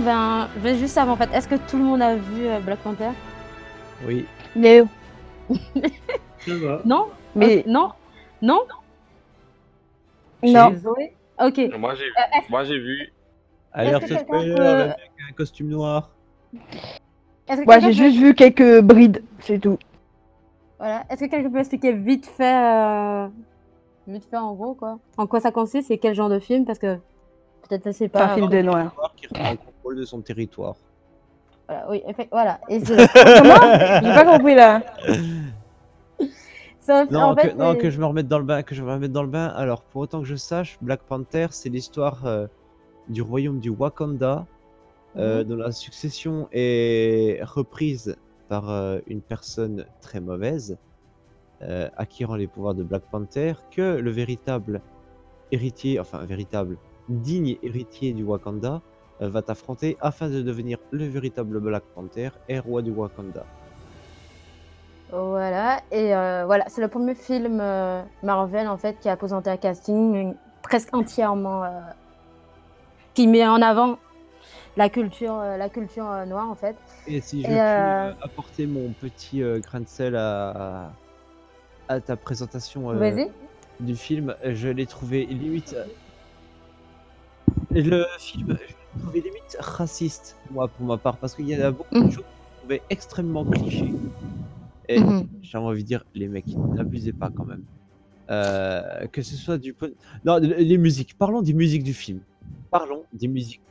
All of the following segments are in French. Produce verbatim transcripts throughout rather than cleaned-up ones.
ben, ben, juste avant en fait, est-ce que tout le monde a vu euh, Black Panther? Oui. Léo. Ça va. Non? Mais Ok, non? Non? non. Zoé? Ok. Euh, Moi j'ai est-ce moi j'ai vu. Alerte que quelqu'un spoiler, peut- le mec a un costume noir. est-ce que Moi, quelqu'un j'ai peut- juste vu quelques brides, c'est tout. Voilà. Est-ce que quelqu'un peut expliquer vite fait, euh, vite fait en gros quoi, en quoi ça consiste et quel genre de film parce que peut-être ça c'est C'est un pas. film de noir. Noir qui reprend le contrôle de son territoire. Voilà, oui, effe- voilà. Et c'est Comment? J'ai pas compris là. c'est un- Non, en fait, que, non c'est- que je me remette dans le bain, que je me remette dans le bain. Alors, pour autant que je sache, Black Panther, c'est l'histoire euh, du royaume du Wakanda, euh, Mhm. dont la succession est reprise par euh, une personne très mauvaise, euh, acquérant les pouvoirs de Black Panther, que le véritable héritier, enfin véritable, digne héritier du Wakanda, euh, va t'affronter afin de devenir le véritable Black Panther et roi du Wakanda. Voilà, et euh, voilà, c'est le premier film euh, Marvel en fait qui a présenté un casting euh, presque entièrement euh, qui met en avant la culture, euh, la culture euh, noire en fait. Et si je Et, puis euh, euh, apporter mon petit euh, grain de sel à, à ta présentation euh, Vas-y. du film, je l'ai trouvé limite. euh, Le film, je l'ai trouvé limite raciste, moi, pour ma part, parce qu'il y a beaucoup de Mhm. choses que je trouvais extrêmement clichés. Et Mhm. j'ai envie de dire, les mecs, n'abusez pas quand même. Euh, que ce soit du. po- Non, les musiques. Parlons des musiques du film. Parlons des musiques.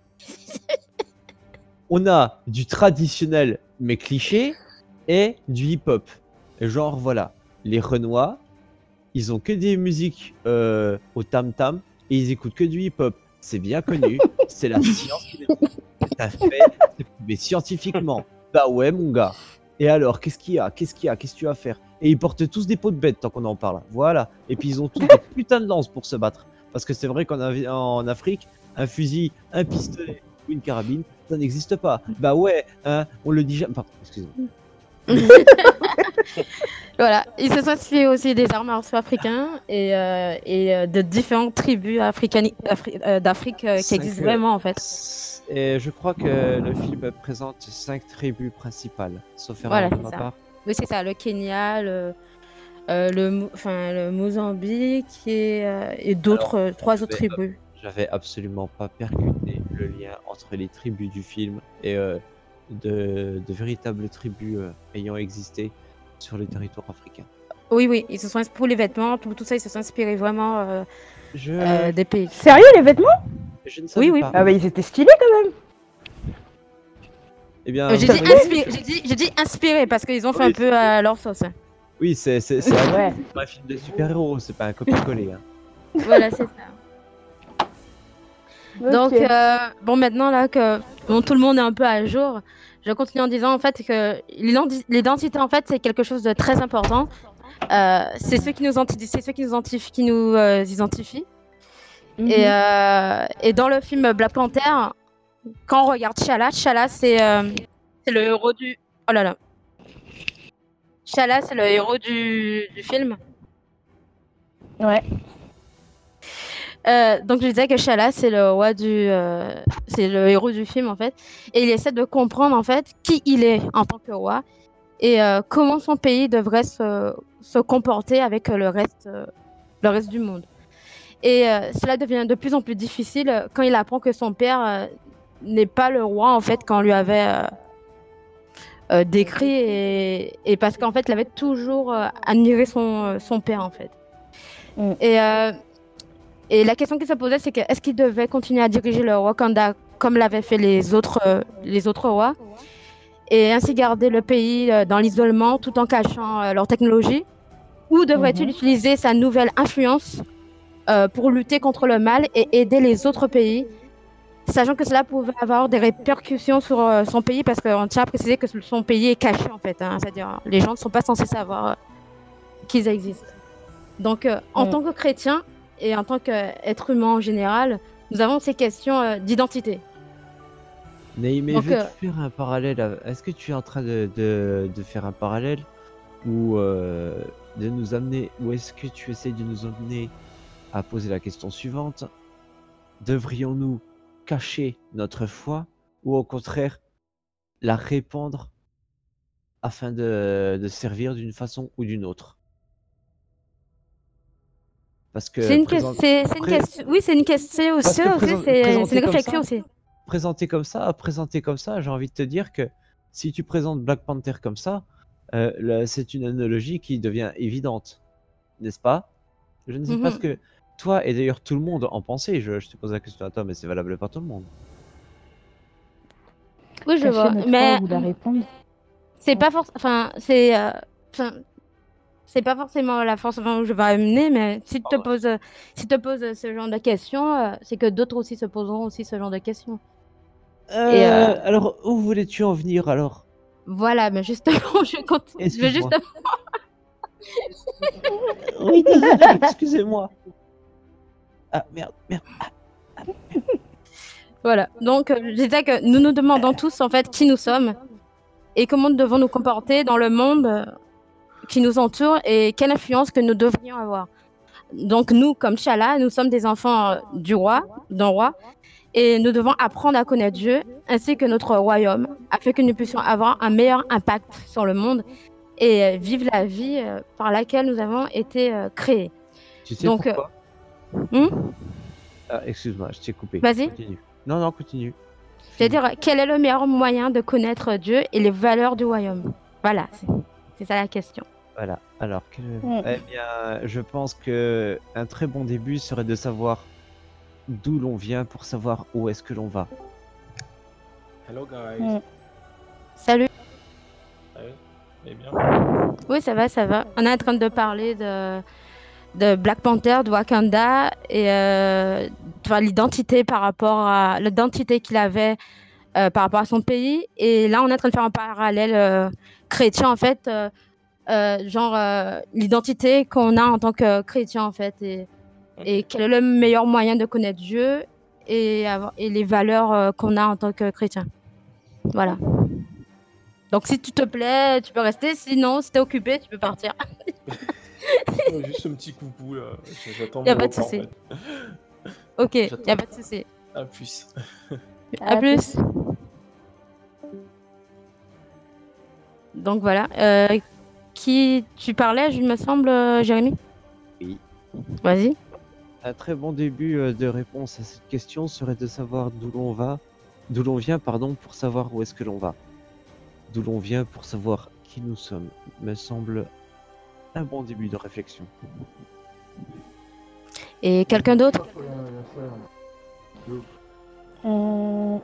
On a du traditionnel mais cliché et du hip-hop. Genre, voilà, les Renois, ils ont que des musiques euh, au tam-tam et ils écoutent que du hip-hop. C'est bien connu, c'est la science qui le dit. T'as fait, c'est prouvé scientifiquement. Bah ouais, mon gars. Et alors, qu'est-ce qu'il y a Qu'est-ce qu'il y a Qu'est-ce que tu vas faire? Et ils portent tous des peaux de bête tant qu'on en parle. Voilà. Et puis ils ont tous des putains de lances pour se battre. Parce que c'est vrai qu'en Af- en Afrique, un fusil, un pistolet ou une carabine, ça n'existe pas. Bah ouais, hein, on le dit jamais. Pardon, excusez-moi. Voilà, ils se sont inspirés aussi des arts martiaux africains et, euh, et euh, de différentes tribus africani- Afri- euh, d'Afrique euh, qui Cinq, existent euh, vraiment en fait. Et je crois que le film présente cinq tribus principales, sauf erreur Voilà, de c'est ma ça. part. Oui, c'est ça, le Kenya, le, euh, le, Mo- enfin, le Mozambique et, euh, et d'autres, euh, trois autres j'avais- tribus. J'avais absolument pas percuté le lien entre les tribus du film et euh, de, de véritables tribus euh, ayant existé sur le territoire africain. Oui, oui, ils se sont inspirés pour les vêtements, pour tout ça, ils se sont inspirés vraiment euh, Je, euh, des pays. Sérieux, les vêtements? je ne savais Oui, oui. pas. Ah bah ils étaient stylés quand même. Eh bien, Euh, j'ai vous dit, voyez, inspiré, j'ai dit, j'ai dit inspiré parce qu'ils ont fait Oui, un peu à leur sauce. oui, c'est c'est- c'est un, Ouais. c'est un film de super-héros, c'est pas un copier-coller. Hein. Voilà, c'est ça. Donc, Ok. euh, bon, maintenant là que bon, tout le monde est un peu à jour, je continue en disant en fait que l'identi- l'identité en fait c'est quelque chose de très important. Euh, c'est ceux qui nous identifient, c'est ceux qui nous identifient, qui nous euh, identifient. Mhm. Et, euh, et dans le film Black Panther, quand on regarde T'Challa, T'Challa c'est euh, c'est le héros du. Oh là là. T'Challa c'est le héros du, du film. Ouais. Euh, donc je disais que T'Challa c'est le roi du, euh, c'est le héros du film en fait, et il essaie de comprendre en fait qui il est en tant que roi et euh, comment son pays devrait se, se comporter avec euh, le reste, euh, le reste du monde. Et euh, cela devient de plus en plus difficile euh, quand il apprend que son père euh, n'est pas le roi en fait qu'on lui avait euh, euh, décrit et, et parce qu'en fait il avait toujours euh, admiré son, euh, son père en fait. Mm. Et euh, Et la question qui se posait, c'est que est-ce qu'il devait continuer à diriger le Wakanda comme l'avaient fait les autres, euh, les autres rois, et ainsi garder le pays euh, dans l'isolement tout en cachant euh, leur technologie, ou devrait-il Mhm. utiliser sa nouvelle influence euh, pour lutter contre le mal et aider les autres pays, sachant que cela pouvait avoir des répercussions sur euh, son pays, parce qu'on tient à préciser que son pays est caché en fait, hein, c'est-à-dire les gens ne sont pas censés savoir euh, qu'ils existent. Donc, euh, en Mm. tant que chrétien et en tant qu'être humain en général, nous avons ces questions euh, d'identité. Mais, mais Donc, veux-tu euh, faire un parallèle à- Est-ce que tu es en train de, de, de faire un parallèle ou euh, de nous amener, ou est-ce que tu essayes de nous amener à poser la question suivante? Devrions-nous cacher notre foi ou au contraire la répandre afin de, de servir d'une façon ou d'une autre? Parce C'est que une, présent- ques- c'est- c'est une pré- question. Oui, c'est une question Parce aussi. que aussi, présent- c'est c'est présenter une comme réflexion ça, aussi. Présenté comme ça, présenté comme ça, j'ai envie de te dire que si tu présentes Black Panther comme ça, euh, là, c'est une analogie qui devient évidente, n'est-ce pas? Je ne sais pas Mhm. ce que toi et d'ailleurs tout le monde en pensait. Je, je te pose la question à toi, mais c'est valable pour tout le monde. Oui, je Cacher vois. notre Mais foi ou la répondre. c'est pas forcément. Enfin, c'est. euh, Enfin, c'est pas forcément la force où je vais amener, mais si tu te poses, euh, si tu te poses ce genre de questions, euh, c'est que d'autres aussi se poseront aussi ce genre de questions. Et euh, Euh, alors, où voulais-tu en venir alors? voilà, mais justement, je compte. Je veux Excuse-moi. juste. Oui, désolé, excusez-moi. Ah merde, merde. Voilà. Donc, euh, je disais que nous nous demandons tous en fait qui nous sommes et comment nous devons nous comporter dans le monde euh, qui nous entoure et quelle influence que nous devrions avoir. Donc, nous, comme Chala, nous sommes des enfants euh, du roi, d'un roi, et nous devons apprendre à connaître Dieu ainsi que notre royaume afin que nous puissions avoir un meilleur impact sur le monde et euh, vivre la vie euh, par laquelle nous avons été euh, créés. Tu sais Donc, euh, pourquoi? hmm, Ah, excuse-moi, je t'ai coupé. Vas-y. Continue. Non, non, continue. C'est-à-dire, quel est le meilleur moyen de connaître Dieu et les valeurs du royaume? Voilà, c'est c'est ça la question. Voilà. Alors, quel- Mm. eh bien, je pense que un très bon début serait de savoir d'où l'on vient pour savoir où est-ce que l'on va. Hello guys. Mm. Salut. Ouais, eh bien. Oui, ça va, ça va. On est en train de parler de, de Black Panther, de Wakanda et euh, enfin, l'identité par rapport à l'identité qu'il avait euh, par rapport à son pays. Et là, on est en train de faire un parallèle euh, chrétien en fait, euh, euh, genre euh, l'identité qu'on a en tant que chrétien en fait, et, Ok. et quel est le meilleur moyen de connaître Dieu et, avoir- et les valeurs euh, qu'on a en tant que chrétien. Voilà. Donc, si tu te plais, tu peux rester. Sinon, si t'es occupé, tu peux partir. Oh, juste un petit coucou là. J'attends Y a mon pas de repas en souci. fait. Ok, y J'attends. a pas de souci. À plus. À plus. Donc voilà. Euh, qui tu parlais, je me semble, euh, Jérémy? Oui. Vas-y. Un très bon début euh, de réponse à cette question serait de savoir d'où l'on va, d'où l'on vient, pardon, pour savoir où est-ce que l'on va. D'où l'on vient pour savoir qui nous sommes, me semble un bon début de réflexion. Et quelqu'un d'autre? Mm.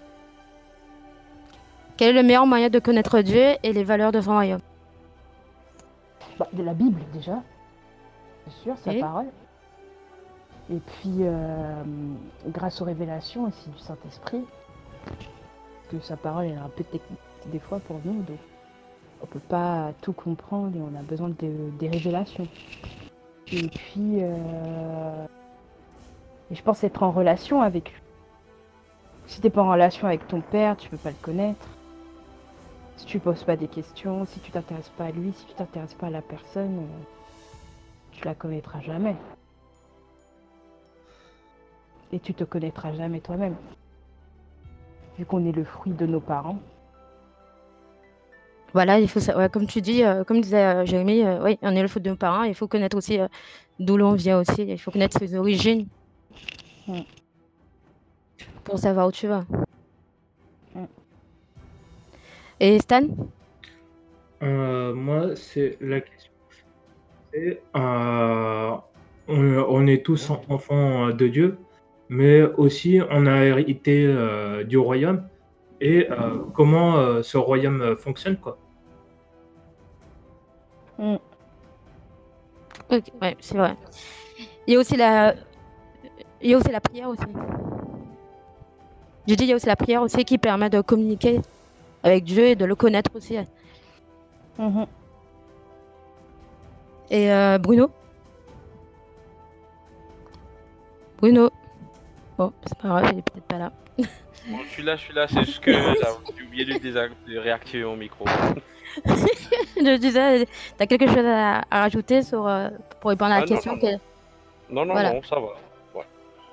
Quel est le meilleur moyen de connaître Dieu et les valeurs de son royaume? Bah, de la Bible déjà, c'est sûr, sa Et parole. Et puis, euh, grâce aux révélations aussi du Saint-Esprit, que sa parole est un peu technique des fois pour nous, donc on peut pas tout comprendre et on a besoin de, des révélations. Et puis, euh, et je pense être en relation avec lui. Si t'es pas en relation avec ton père, tu peux pas le connaître. Si tu poses pas des questions, si tu t'intéresses pas à lui, si tu t'intéresses pas à la personne, euh, tu la connaîtras jamais. Et tu te connaîtras jamais toi-même. Vu qu'on est le fruit de nos parents. voilà, il faut sa- ouais, comme tu dis, euh, comme disait euh, Jérémy, euh, oui, on est le faute de nos parents. Il faut connaître aussi euh, d'où l'on vient aussi. Il faut connaître ses origines Mm. pour savoir où tu vas. Mm. Et Stan? Euh, moi, c'est la question. C'est, euh, on, on est tous en- enfants de Dieu, mais aussi on a hérité euh, du royaume et euh, comment euh, ce royaume euh, fonctionne, quoi. Mm. Ok, ouais, c'est vrai. Il y a aussi la, il y a aussi la prière aussi. Je dis, il y a aussi la prière aussi qui permet de communiquer avec Dieu et de le connaître aussi. Mhm. Et euh, Bruno? Bruno? Bon, c'est pas grave, il est peut-être pas là. Bon, je suis là, je suis là, c'est juste que j'avoue, j'ai oublié de, désa- de réactiver mon micro. Je disais, t'as quelque chose à, à rajouter sur, euh, pour répondre à la Ah, non, question non, que- Non, non, Voilà. non, ça va. Ouais.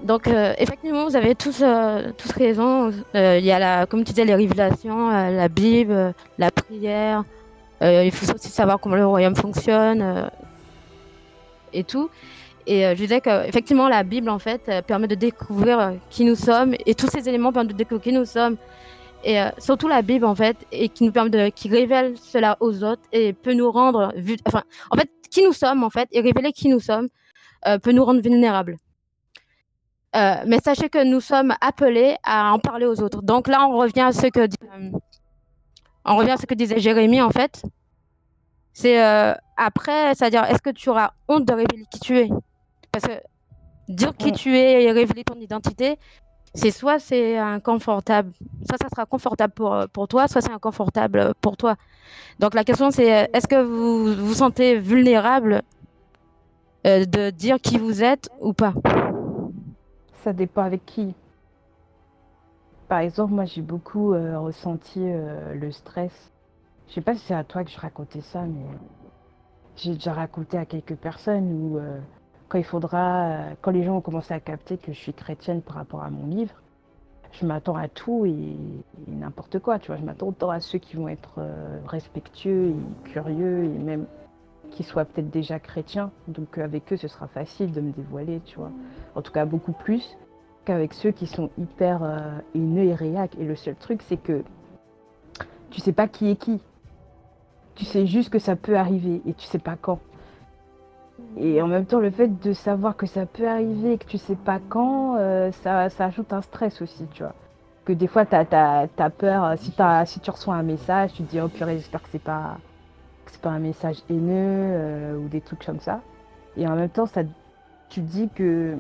Donc, euh, effectivement, vous avez tous, euh, tous raison. Euh, Il y a, la, comme tu disais, les révélations, euh, la Bible, euh, la prière. Euh, il faut aussi savoir comment le royaume fonctionne euh, et tout. Et euh, je disais qu'effectivement, la Bible, en fait, euh, permet de découvrir euh, qui nous sommes. Et tous ces éléments permettent de découvrir qui nous sommes. Et euh, surtout la Bible, en fait, et qui nous permet de, qui révèle cela aux autres et peut nous rendre, vu- enfin, en fait, qui nous sommes, en fait, et révéler qui nous sommes, euh, peut nous rendre vulnérables. Euh, mais sachez que nous sommes appelés à en parler aux autres. Donc là, on revient à ce que, dit- euh, on revient à ce que disait Jérémie, en fait. C'est euh, après, c'est-à-dire, est-ce que tu auras honte de révéler qui tu es? Parce que dire qui Mm. tu es et révéler ton identité, c'est soit c'est inconfortable, soit ça sera confortable pour, euh, pour toi, soit c'est inconfortable euh, pour toi. Donc la question c'est, euh, est-ce que vous vous sentez vulnérable euh, de dire qui vous êtes ou pas? Ça dépend avec qui. Par exemple, moi, j'ai beaucoup euh, ressenti euh, le stress. Je sais pas si c'est à toi que je racontais ça, mais j'ai déjà raconté à quelques personnes où euh, quand il faudra, euh, quand les gens ont commencé à capter que je suis chrétienne par rapport à mon livre, je m'attends à tout et, et n'importe quoi, tu vois. Je m'attends autant à ceux qui vont être euh, respectueux et curieux et même qui soient peut-être déjà chrétiens. Donc euh, avec eux, ce sera facile de me dévoiler, tu vois. En tout cas, beaucoup plus qu'avec ceux qui sont hyper euh, haineux et réac. Et le seul truc, c'est que tu sais pas qui est qui. Tu sais juste que ça peut arriver et tu sais pas quand. Et en même temps, le fait de savoir que ça peut arriver et que tu sais pas quand, euh, ça, ça ajoute un stress aussi, tu vois. Que des fois, tu as peur, euh, si, t'as- si tu reçois un message, tu te dis, oh purée, j'espère que c'est pas, que c'est pas un message haineux euh, ou des trucs comme ça. Et en même temps, ça, tu te dis que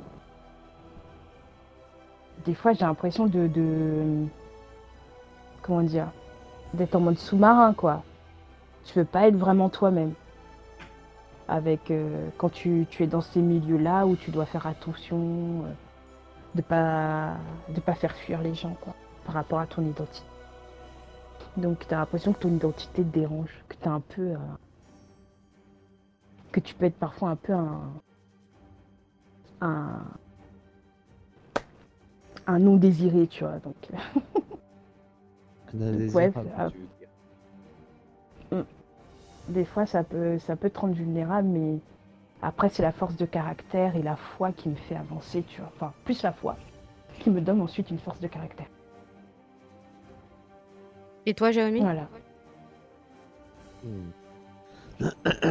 des fois, j'ai l'impression de, de. Comment dire? D'être en mode sous-marin, quoi. Tu veux pas être vraiment toi-même. Avec, euh, quand tu, tu es dans ces milieux-là où tu dois faire attention, euh, de pas de pas faire fuir les gens, quoi, par rapport à ton identité. Donc tu as l'impression que ton identité te dérange, que tu un peu euh, que tu peux être parfois un peu un un, un non désiré, tu vois. Donc, Un donc ouais, indésirable, euh, tu veux dire. des fois ça peut ça peut te rendre vulnérable, mais après c'est la force de caractère et la foi qui me fait avancer, tu vois. Enfin, plus la foi qui me donne ensuite une force de caractère. Et toi, Jérémie? Voilà. Hmm.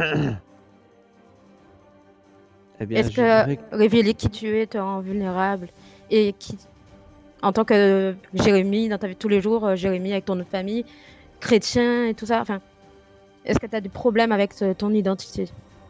Eh bien, Est-ce je que dirais que révéler qui tu es te rend vulnérable? Et qui, en tant que Jérémie, dans ta vie de tous les jours, euh, Jérémie avec ton autre famille, chrétien et tout ça, enfin, est-ce que tu as des problèmes avec ce- ton identité?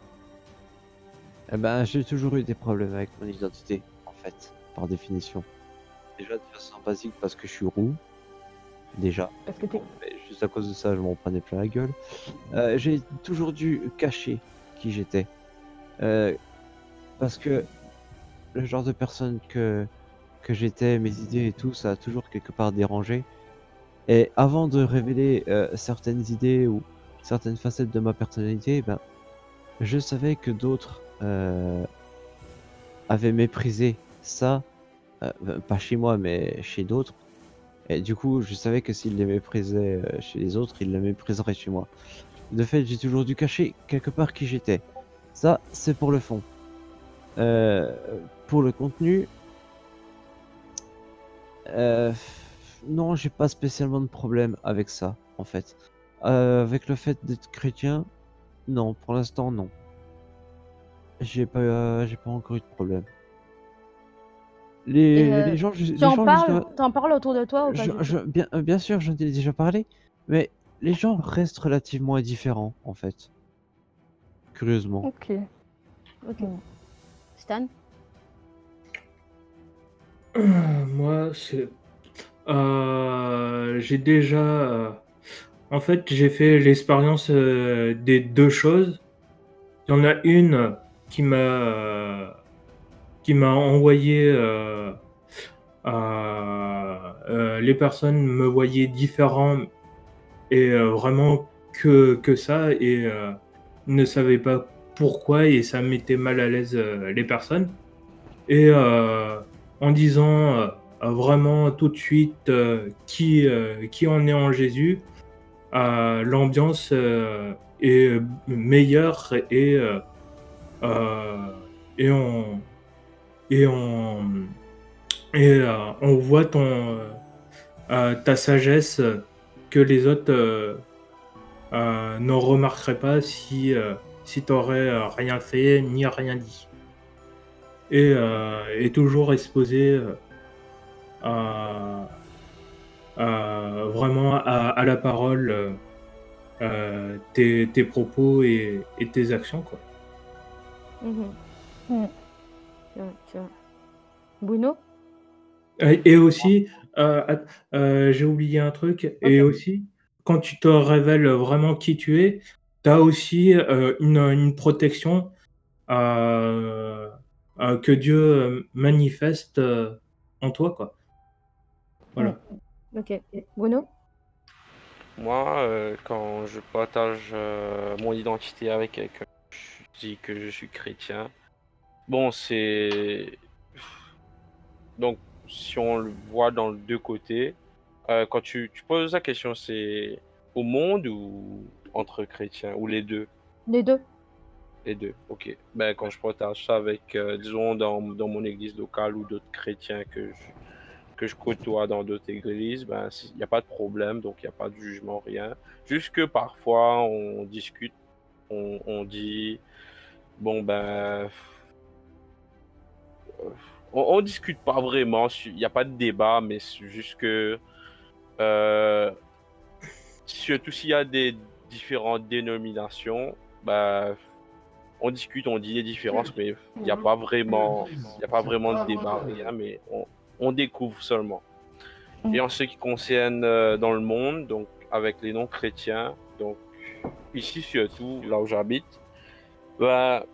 eh ben, j'ai toujours eu des problèmes avec mon identité, en fait, par définition. Déjà de façon basique parce que je suis roux, déjà. Parce que t'es Bon, mais juste à cause de ça, je m'en prenais plein la gueule. Euh, j'ai toujours dû cacher qui j'étais. Euh, parce que le genre de personne que, que j'étais, mes idées et tout, ça a toujours quelque part dérangé. Et avant de révéler euh, certaines idées ou certaines facettes de ma personnalité, ben, je savais que d'autres euh, avaient méprisé ça, euh, ben, pas chez moi, mais chez d'autres. Et du coup, je savais que s'ils les méprisaient euh, chez les autres, ils le mépriseraient chez moi. De fait, j'ai toujours dû cacher quelque part qui j'étais. Ça, c'est pour le fond. Euh, pour le contenu, euh, non, j'ai pas spécialement de problème avec ça, en fait. Euh, avec le fait d'être chrétien, non, pour l'instant, non. J'ai pas, euh, j'ai pas encore eu de problème. Et Les, euh, les gens, ju- tu les en gens jusqu'à, parles, t'en parles autour de toi ou pas je, du je- tout? bien, euh, bien sûr, j'en ai déjà parlé, mais les gens restent relativement indifférents, en fait. Curieusement. ok. Ok. Bon. Stan? Euh, moi, c'est. euh, j'ai déjà. euh, En fait, j'ai fait l'expérience euh, des deux choses. Il y en a une qui m'a euh, qui m'a envoyé. euh, à- euh, les personnes me voyaient différent et euh, vraiment que, que ça et euh, ne savaient pas pourquoi et ça mettait mal à l'aise euh, les personnes. Et euh, en disant euh, euh, vraiment tout de suite euh, qui, euh, qui en est en Jésus, euh, l'ambiance euh, est meilleure et, euh, euh, et, on, et, on, et euh, on voit ton, euh, ta sagesse que les autres euh, euh, ne remarqueraient pas si, euh, si tu n'aurais rien fait ni rien dit. Et, euh, et toujours exposé euh, à, à- vraiment à, à la parole euh, euh, tes, tes propos et, et tes actions, quoi. Mhm. Mm. Tu vois, tu vois. Bruno? Et, et aussi, euh, att- euh, j'ai oublié un truc, et Ok. aussi, quand tu te révèles vraiment qui tu es, tu as aussi euh, une, une protection euh, euh, que Dieu euh, manifeste euh, en toi, quoi. Mm. Voilà. Ok. Bruno? Moi, euh, quand je partage euh, mon identité avec quelqu'un, je dis que je suis chrétien. Bon, c'est... Donc, si on le voit dans les deux côtés, euh, quand tu, tu poses la question, c'est au monde ou entre chrétiens, ou les deux? Les deux. Les deux, ok. Ben, quand je partage ça avec, euh, disons, dans, dans mon église locale ou d'autres chrétiens que je, que je côtoie dans d'autres églises, ben, il n'y a pas de problème, donc il n'y a pas de jugement, rien. Juste que parfois, on discute, on, on dit, bon, ben, on, on discute pas vraiment, il n'y a pas de débat, mais c'est juste que, euh, surtout s'il y a des différentes dénominations, ben, on discute, on dit les différences, mais il n'y a pas vraiment, il y a pas vraiment de débat, rien, mais on, on découvre seulement. Et en ce qui concerne euh, dans le monde, donc avec les non-chrétiens, donc ici surtout, là où j'habite, ben,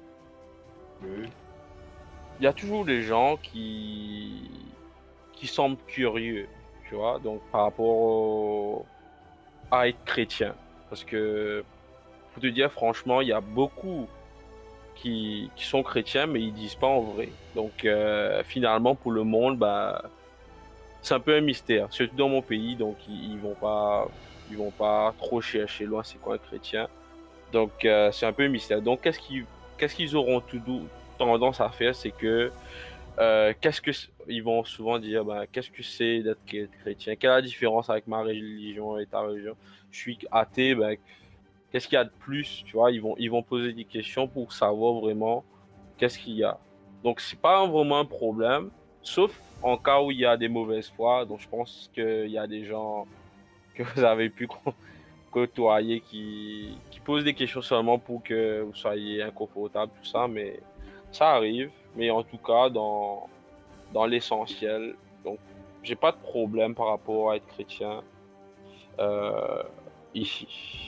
il y a toujours des gens qui, qui semblent curieux, tu vois, donc par rapport au- à être chrétien. Parce que, pour te dire franchement, il y a beaucoup qui, qui sont chrétiens, mais ils disent pas en vrai. Donc euh, finalement, pour le monde, bah, c'est un peu un mystère, surtout dans mon pays, donc ils, ils vont pas, ils vont pas trop chercher loin c'est quoi un chrétien. Donc euh, c'est un peu un mystère. Donc qu'est-ce qu'ils, qu'est-ce qu'ils auront tout dou- tendance à faire, c'est que euh, qu'est-ce que c- ils vont souvent dire, bah, qu'est-ce que c'est d'être ch- chrétien? Quelle est la différence avec ma religion et ta religion? Je suis athée, bah, qu'est-ce qu'il y a de plus, tu vois? Ils vont, ils vont poser des questions pour savoir vraiment qu'est-ce qu'il y a. Donc, c'est pas vraiment un problème, sauf en cas où il y a des mauvaises foi. Donc, je pense qu'il y a des gens que vous avez pu co- côtoyer qui, qui posent des questions seulement pour que vous soyez inconfortable, tout ça, mais ça arrive. Mais en tout cas, dans, dans l'essentiel, donc, j'ai pas de problème par rapport à être chrétien euh, ici.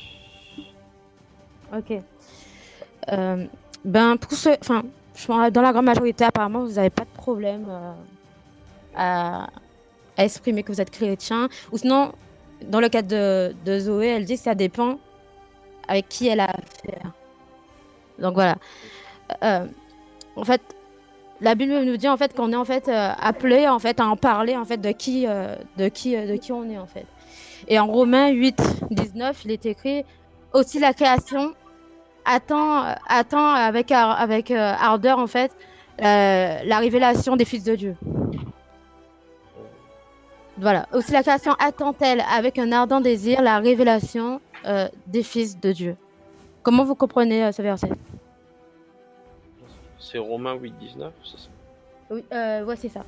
Ok. Euh, ben, pour ce, enfin, je pense, dans la grande majorité, apparemment, vous n'avez pas de problème euh, à, à exprimer que vous êtes chrétien. Ou sinon, dans le cas de, de Zoé, elle dit que ça dépend avec qui elle a affaire. Donc voilà. Euh, en fait, la Bible nous dit en fait qu'on est en fait euh, appelé en fait à en parler en fait de qui, euh, de qui, euh, de qui on est en fait. Et en Romains huit, dix-neuf, il est écrit aussi la création attend, euh, attend avec, ar- avec euh, ardeur en fait euh, la révélation des fils de Dieu. Voilà. Aussi la création attend-elle avec un ardent désir la révélation euh, des fils de Dieu. Comment vous comprenez euh, ce verset? C'est Romains huit dix-neuf, c'est ça? Oui, euh, ouais, c'est ça.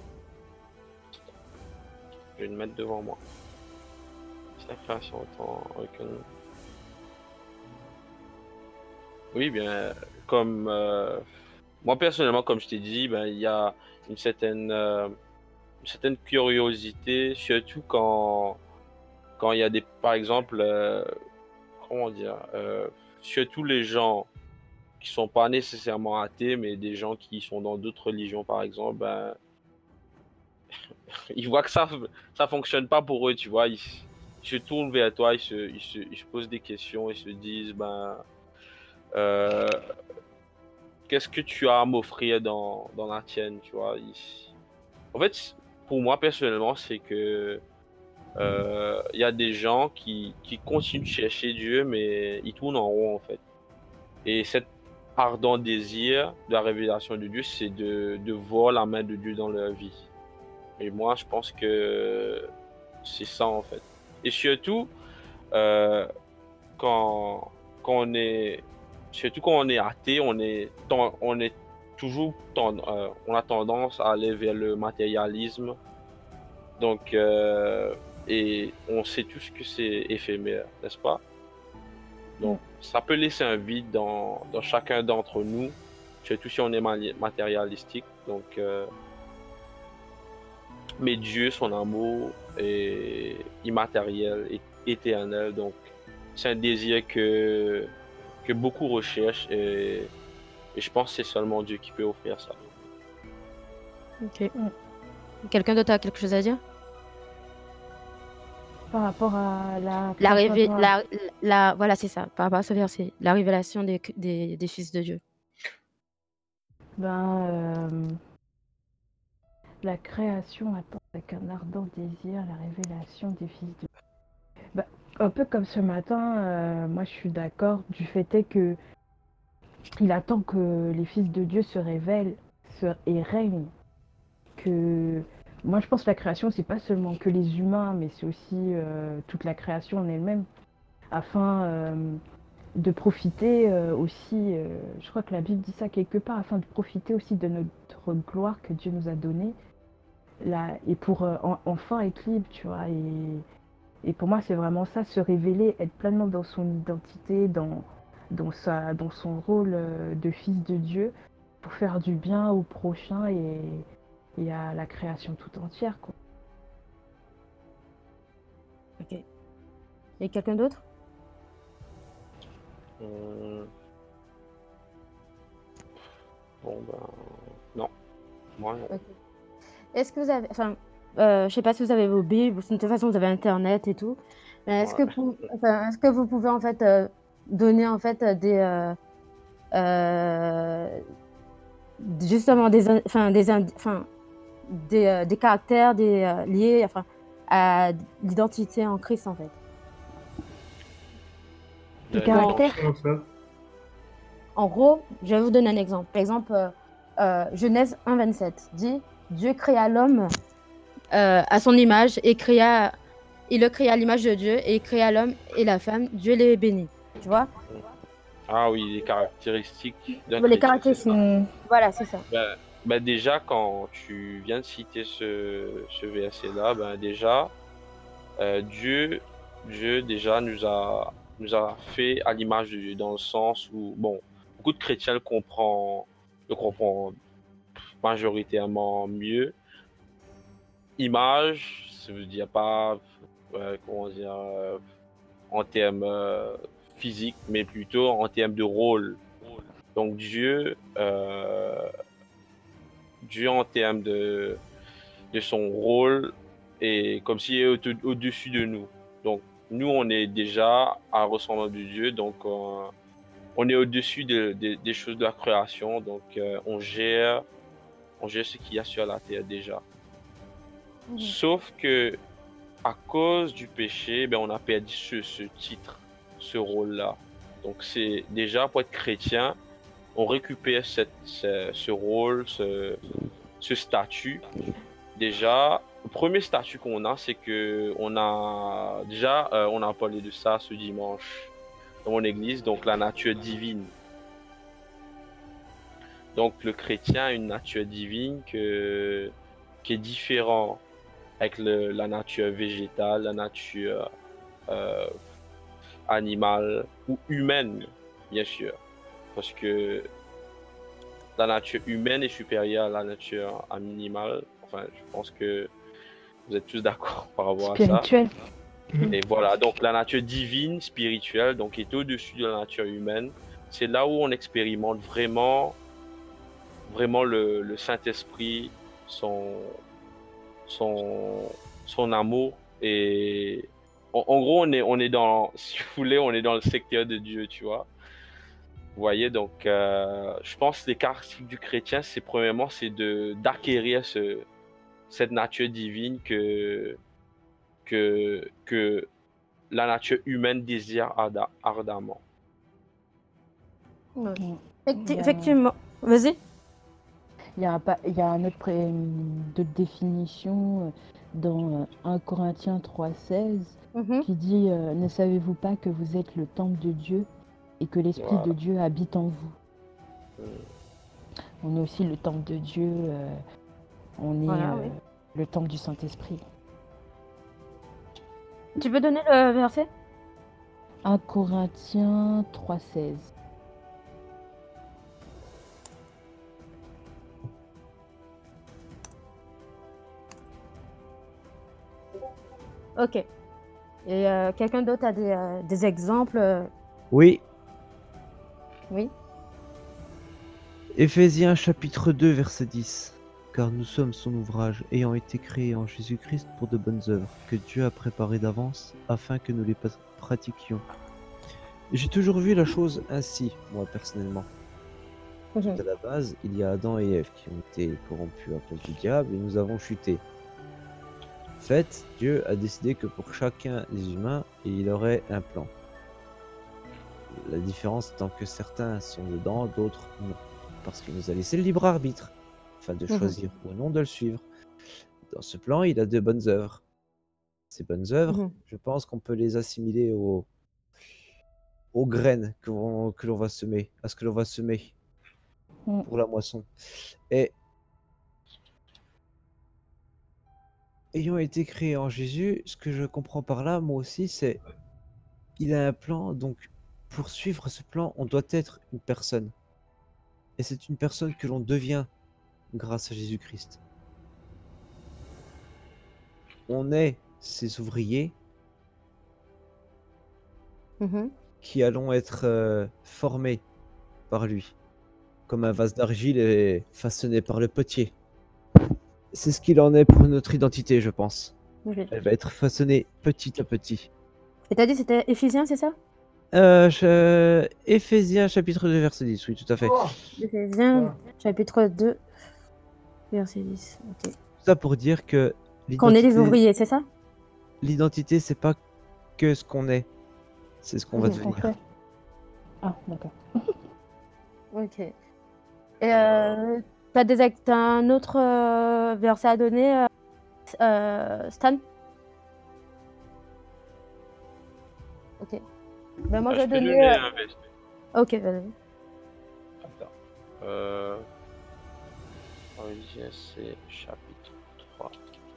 Je vais le mettre devant moi. C'est la création autant avec un... Oui, bien, comme euh, moi personnellement, comme je t'ai dit, ben, il y a une certaine, euh, une certaine curiosité, surtout quand, quand il y a des, par exemple, euh, comment dire, euh, surtout les gens qui sont pas nécessairement athées, mais des gens qui sont dans d'autres religions, par exemple, ben, ils voient que ça, ça fonctionne pas pour eux, tu vois, ils, ils se tournent vers toi, ils se, ils se, ils se posent des questions, ils se disent, ben, euh, qu'est-ce que tu as à m'offrir dans, dans la tienne, tu vois. Il- En fait, pour moi personnellement, c'est que euh, il y a des gens qui, qui continuent de chercher Dieu, mais ils tournent en rond en fait. Et cet ardent désir de la révélation de Dieu, c'est de, de voir la main de Dieu dans leur vie. Et moi, je pense que c'est ça en fait. Et surtout, euh, quand, quand on est, surtout quand on est athée, on est, ten- on est toujours, ten- euh, on a tendance à aller vers le matérialisme. Donc, euh, et on sait tous que c'est éphémère, n'est-ce pas? Donc, ça peut laisser un vide dans, dans chacun d'entre nous, surtout si on est mali- matérialistique. Donc, euh, mais Dieu, son amour est immatériel et éternel. Donc, c'est un désir que, que beaucoup recherchent et, et je pense que c'est seulement Dieu qui peut offrir ça. Ok. Quelqu'un d'autre a quelque chose à dire? Par rapport à la La, création révé- de- la, la- voilà, c'est ça, par rapport à ce verset, la révélation des, des, des fils de Dieu. Ben, euh, la création attend avec un ardent désir la révélation des fils de Dieu. Ben, un peu comme ce matin, euh, moi je suis d'accord du fait est que il attend que les fils de Dieu se révèlent se- et règnent. Que moi je pense que la création c'est pas seulement que les humains, mais c'est aussi euh, toute la création en elle-même, afin euh, de profiter euh, aussi, euh, je crois que la Bible dit ça quelque part, afin de profiter aussi de notre gloire que Dieu nous a donnée, là, et pour euh, en, enfin équilibre, tu vois. Et, et pour moi, c'est vraiment ça, se révéler, être pleinement dans son identité, dans, dans, sa, dans son rôle euh, de fils de Dieu, pour faire du bien au prochain et, et à la création tout entière, quoi. Ok. Et quelqu'un d'autre? Hum, Bon, ben, non. Moi, non. Ok. Est-ce que vous avez, enfin, euh, je sais pas si vous avez vos Bibles, de toute façon vous avez Internet et tout, mais est-ce que, Ouais. vous, enfin, est-ce que vous pouvez en fait euh, donner en fait euh, des, euh, euh, justement des, in- enfin, des, indi- enfin, des, euh, des caractères des, euh, liés, enfin, à l'identité en Christ en fait. Des Euh, Bon, caractères. Comment ça? en gros, je vais vous donner un exemple. Par exemple, euh, euh, Genèse un vingt-sept dit Dieu créa l'homme euh, à son image et créa, il le créa à l'image de Dieu et il créa l'homme et la femme. Dieu les bénit. Tu vois? Ah oui, les caractéristiques d'un Les chrétien, c'est caractéristiques. ça. Hmm. Voilà, c'est ça. Ben, ben déjà, quand tu viens de citer ce, ce verset-là, ben déjà, euh, Dieu, Dieu déjà nous a, nous a fait à l'image de Dieu, dans le sens où, bon, beaucoup de chrétiens le comprennent, le comprennent majoritairement mieux. Image, ça veut dire pas, euh, comment dire, euh, en termes euh, physiques, mais plutôt en termes de rôle. Donc Dieu, euh, Dieu en termes de, de son rôle est comme s'il est au- au-dessus de nous. Donc nous, on est déjà à ressembler de Dieu, donc euh, on est au-dessus de- de- des choses de la création, donc euh, on gère, on gère ce qu'il y a sur la terre déjà. Mhm. Sauf que à cause du péché, ben, on a perdu ce, ce titre, ce rôle-là. Donc c'est déjà pour être chrétien, on récupère cette, ce, ce rôle, ce, ce statut. Déjà, le premier statut qu'on a, c'est que on a déjà, euh, on a parlé de ça ce dimanche dans mon église, donc la nature divine. Donc le chrétien a une nature divine que, qui est différente avec le, la nature végétale, la nature euh, animale ou humaine, bien sûr. Parce que la nature humaine est supérieure à la nature animale. Enfin, je pense que vous êtes tous d'accord par rapport à ça. Spirituel. Et voilà, donc la nature divine, spirituelle, donc est au-dessus de la nature humaine. C'est là où on expérimente vraiment, vraiment le, le Saint-Esprit, son, son, son amour. Et en, en gros, on est, on est dans, si vous voulez, on est dans le secteur de Dieu, tu vois. Vous voyez, donc euh, je pense que les caractéristiques du chrétien, c'est premièrement, c'est de d'acquérir ce, cette nature divine que, que, que la nature humaine désire arda- ardemment. Ouais. Mm. Effecti- Il y a- Effectivement. Vas-y. Il y a un, pa- il y a un autre pré- d'autres définitions euh, dans euh, un Corinthiens trois seize Mhm. qui dit euh, ne savez-vous pas que vous êtes le temple de Dieu et que l'Esprit Voilà. de Dieu habite en vous. Mm. On est aussi le temple de Dieu, euh, on est Voilà, euh, oui. le temple du Saint-Esprit. Tu peux donner le verset? un Corinthiens trois seize. Ok. Et euh, quelqu'un d'autre a des, euh, des exemples euh, Oui, Oui. Éphésiens chapitre deux verset dix. Car nous sommes son ouvrage, ayant été créés en Jésus-Christ pour de bonnes œuvres, que Dieu a préparées d'avance, afin que nous les pas- pratiquions. J'ai toujours vu la chose ainsi, moi personnellement. Mhm. À la base, il y a Adam et Ève qui ont été corrompus à cause du diable et nous avons chuté. En fait, Dieu a décidé que pour chacun des humains, il aurait un plan. La différence étant que certains sont dedans, d'autres non. Parce qu'il nous a laissé le libre arbitre, afin de Mhm. choisir ou non de le suivre. Dans ce plan, il a de bonnes œuvres. Ces bonnes œuvres, Mhm. je pense qu'on peut les assimiler aux, aux graines que l'on que l'on va semer, à ce que l'on va semer Mm. pour la moisson. Et ayant été créé en Jésus, ce que je comprends par là, moi aussi, c'est il a un plan, donc pour suivre ce plan, on doit être une personne. Et c'est une personne que l'on devient grâce à Jésus-Christ. On est ses ouvriers Mhm. qui allons être euh, formés par lui, comme un vase d'argile est façonné par le potier. C'est ce qu'il en est pour notre identité, je pense. Ok. Elle va être façonnée petit à petit. Et t'as dit c'était Éphésiens, c'est ça? Euh, je- Éphésiens chapitre deux verset dix, oui tout à fait. Éphésiens, chapitre deux, verset dix. Ok. Tout ça pour dire que Qu'on est les l'identité, ouvriers, c'est ça? l'identité c'est pas que ce qu'on est, c'est ce qu'on va C'est ce qu'on devenir. fait. Ah, d'accord. Ok. Et euh, t'as des ex- t'as un autre euh, verset à donner, euh, euh, Stan? Ok. Ben moi Ah, je je vais peux donner. donner euh, un verset. Ok, vas-y. Attends. Euh... Éphésiens, c'est chapitre trois.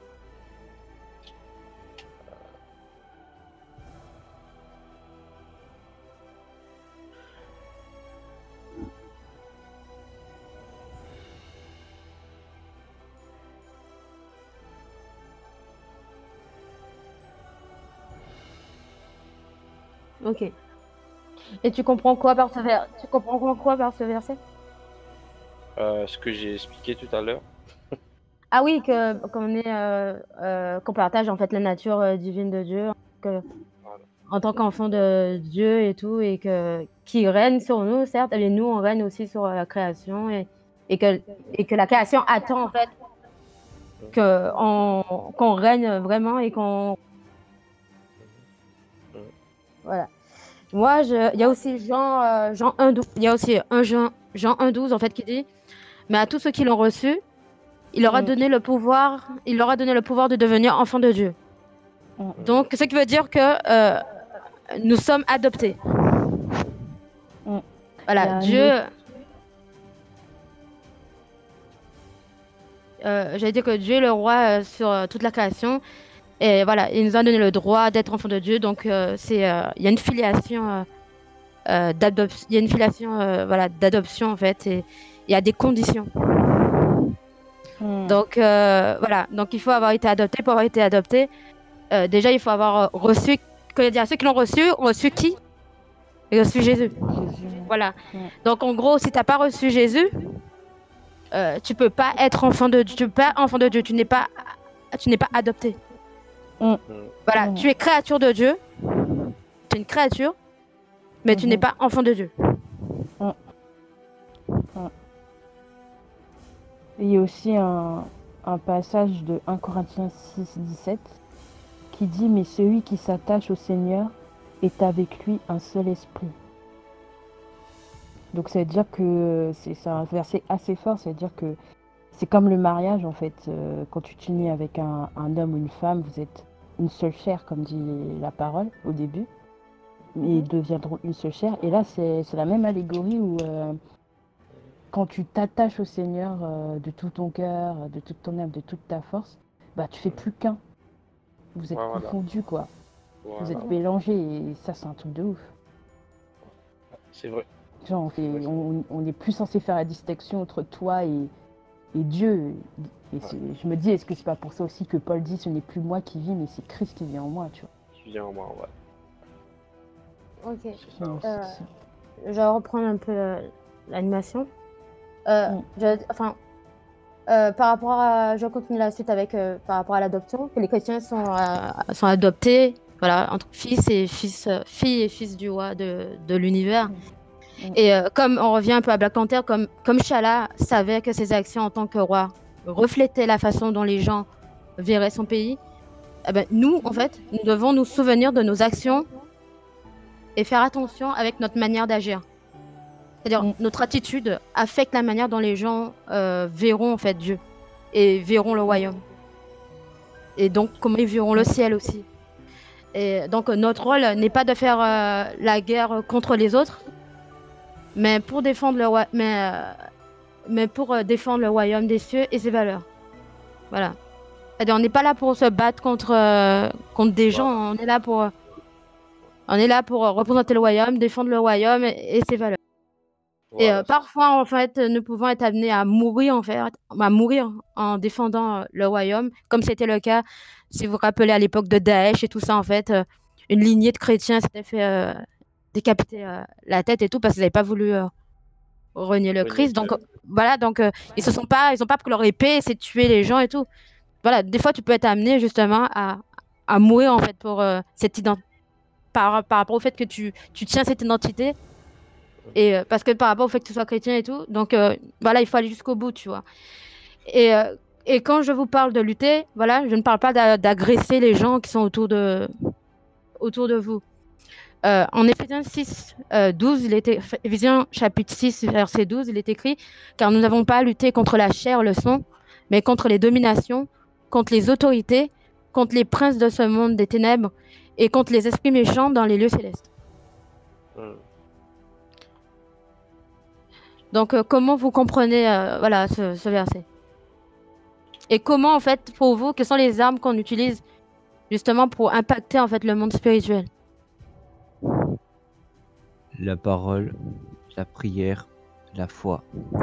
Ok. Et tu comprends quoi par ce ver- Tu comprends quoi par ce verset? Euh, ce que j'ai expliqué tout à l'heure. Ah oui, que qu'on est, euh, euh, qu'on partage en fait la nature euh, divine de Dieu, que, Voilà. en tant qu'enfant de Dieu et tout, et que qui règne sur nous, certes, mais nous on règne aussi sur euh, la création et, et que et que la création attend en fait que on, qu'on règne vraiment et qu'on voilà. Moi, je, il y a aussi Jean, euh, Jean un douze, il y a aussi un Jean, Jean un douze en fait qui dit, mais à tous ceux qui l'ont reçu, il leur a Mm. donné le pouvoir, il leur a donné le pouvoir de devenir enfants de Dieu. Mm. Donc, ce qui veut dire que euh, nous sommes adoptés. Mm. Il y Voilà, a un Dieu. Euh, J'allais dire que Dieu est le roi euh, sur euh, toute la création. Et voilà, il nous a donné le droit d'être enfants de Dieu. Donc, euh, c'est, euh, il y a une filiation euh, euh, d'adoption. Il y a une filiation euh, voilà, d'adoption, en fait. Et il y a des conditions. Mm. Donc, euh, voilà. Donc, il faut avoir été adopté. Pour avoir été adopté, euh, déjà, il faut avoir euh, reçu. Quand il y a ceux qui l'ont reçu, ont reçu qui? Ils ont reçu Jésus. Jésus. Voilà. Ouais. Donc, en gros, si tu n'as pas reçu Jésus, euh, tu peux pas être enfant de Dieu. Tu peux pas être enfant de Dieu. Tu n'es pas, tu n'es pas adopté. Mm. Voilà. Mm. Tu es créature de Dieu. Tu es une créature, mais tu Mhm. n'es pas enfant de Dieu. Et il y a aussi un, un passage de un Corinthiens six, dix-sept qui dit « Mais celui qui s'attache au Seigneur est avec lui un seul esprit ». Donc ça veut dire que c'est c'est un verset assez fort, ça veut dire que c'est comme le mariage en fait. Euh, quand tu t'unis avec un, un homme ou une femme, vous êtes une seule chair, comme dit la parole au début. Mais ils deviendront une seule chair. Et là, c'est c'est la même allégorie où euh, quand tu t'attaches au Seigneur euh, de tout ton cœur, de toute ton âme, de toute ta force, bah tu fais plus qu'un. Vous êtes Voilà. confondus, quoi. Vous Voilà. êtes mélangés et ça, c'est un truc de ouf. C'est vrai. Genre, on, fait, on, on est plus censé faire la distinction entre toi et, et Dieu. Et c'est- je me dis, est-ce que c'est pas pour ça aussi que Paul dit, ce n'est plus moi qui vis, mais c'est Christ qui vit en moi, tu vois. Qui vient en moi, ouais. Ok. C'est ça. Donc, Euh, c'est ça. Je vais reprendre un peu euh, l'animation. Euh, Mm. je- enfin, euh, par rapport à, je continue la suite avec euh, par rapport à l'adoption, que les chrétiens sont euh, sont adoptés, voilà, entre fils et fils, euh, filles et fils du roi de, de l'univers. Mm. Mm. Et euh, comme on revient un peu à Black Panther, comme comme T'Challa savait que ses actions en tant que roi reflétaient la façon dont les gens verraient son pays, eh ben, nous, en fait, nous devons nous souvenir de nos actions et faire attention avec notre manière d'agir. C'est-à-dire, Mm. notre attitude affecte la manière dont les gens euh, verront en fait Dieu et verront le royaume. Et donc, comment ils verront le ciel aussi. Et donc, euh, notre rôle n'est pas de faire euh, la guerre contre les autres, mais pour défendre le roi- mais, euh, mais pour euh, défendre le royaume des cieux et ses valeurs. Voilà. C'est-à-dire, on n'est pas là pour se battre contre, euh, contre des gens, on est là pour, on est là pour euh, représenter le royaume, défendre le royaume et, et ses valeurs. Et Voilà, euh, parfois, en fait, nous pouvons être amenés à mourir, en fait, à mourir en défendant euh, le royaume, comme c'était le cas, si vous vous rappelez, à l'époque de Daesh et tout ça, en fait, euh, une lignée de chrétiens s'était fait euh, décapiter euh, la tête et tout parce qu'ils n'avaient pas voulu euh, renier le Renier Christ. Donc Dieu. euh, voilà, donc euh, ils se sont pas, ils ont pas pris leur épée, c'est tuer les gens et tout. Voilà, des fois, tu peux être amené justement à, à mourir en fait pour euh, cette ident- par, par rapport au fait que tu, tu tiens cette identité. Et euh, parce que par rapport au fait que tu sois chrétien et tout, donc euh, voilà, il faut aller jusqu'au bout, tu vois. Et, euh, et quand je vous parle de lutter, voilà, je ne parle pas d'a- d'agresser les gens qui sont autour de, autour de vous. Euh, en Éphésiens six, euh, douze, il était, Éphésiens chapitre six, verset douze, il est écrit « Car nous n'avons pas à lutter contre la chair, le sang, mais contre les dominations, contre les autorités, contre les princes de ce monde des ténèbres et contre les esprits méchants dans les lieux célestes. » Hum. Donc, euh, comment vous comprenez euh, voilà, ce, ce verset? Et comment, en fait, pour vous, quelles sont les armes qu'on utilise justement pour impacter en fait le monde spirituel? La parole, la prière, la foi.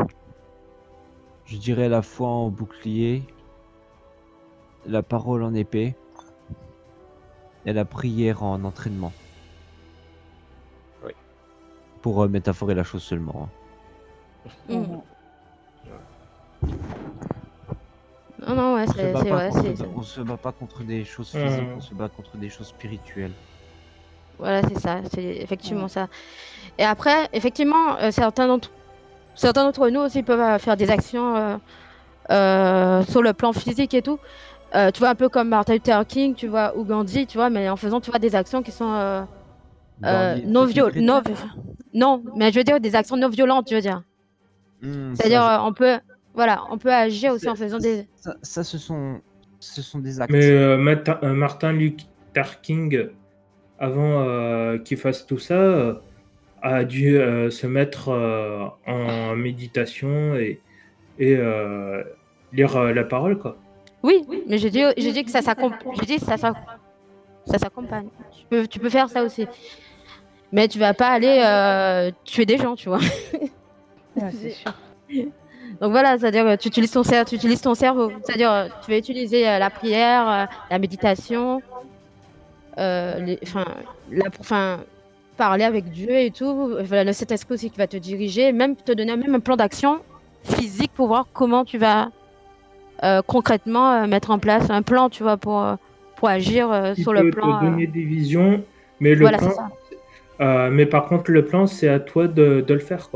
Je dirais la foi en bouclier, la parole en épée et la prière en entraînement. Oui. Pour euh, métaphorer la chose seulement. hein. Mm. Mhm. Non, non, ouais, On se c'est bat c'est- pas ouais, contre- c'est- c'est- on se bat pas contre des choses Mhm. physiques, on se bat contre des choses spirituelles. voilà, c'est ça, c'est effectivement Ouais. ça. Et après, effectivement, euh, certains d'entre certains d'entre nous aussi peuvent euh, faire des actions euh, euh, sur le plan physique et tout. Euh, tu vois, un peu comme Martin Luther King, tu vois, ou Gandhi, tu vois, mais en faisant, tu vois, des actions qui sont euh, euh, Gandhi, non c'était viol chrétien non, non, mais je veux dire des actions non violentes, je veux dire. Hmm, C'est-à-dire, ça, euh, on peut, voilà, on peut agir je- aussi en c'est- faisant des. ça, ça, ce sont, ce sont des actes. Mais euh, Martin, euh, Martin Luther King, avant euh, qu'il fasse tout ça, euh, a dû euh, se mettre euh, en méditation et, et euh, lire euh, la parole, quoi. Oui, mais j'ai dit, j'ai dit que ça s'accompagne. J'ai dit que ça s'ac- ça s'accompagne. Tu peux, tu peux faire ça aussi. Mais tu vas pas aller euh, tuer des gens, tu vois. Ouais, c'est sûr. Donc voilà, c'est-à-dire que tu utilises ton cerveau, tu utilises ton cerveau. C'est-à-dire euh, tu vas utiliser euh, la prière, euh, la méditation, euh, les, enfin, la, enfin, parler avec Dieu et tout. Voilà, le Saint-Esprit aussi qui va te diriger, même te donner même un plan d'action physique pour voir comment tu vas euh, concrètement euh, mettre en place un plan, tu vois, pour, euh, pour agir euh, Il sur le peut plan. te euh, donner des visions, mais le Voilà, plan, c'est ça. euh, mais par contre, le plan, c'est à toi de, de le faire, quoi.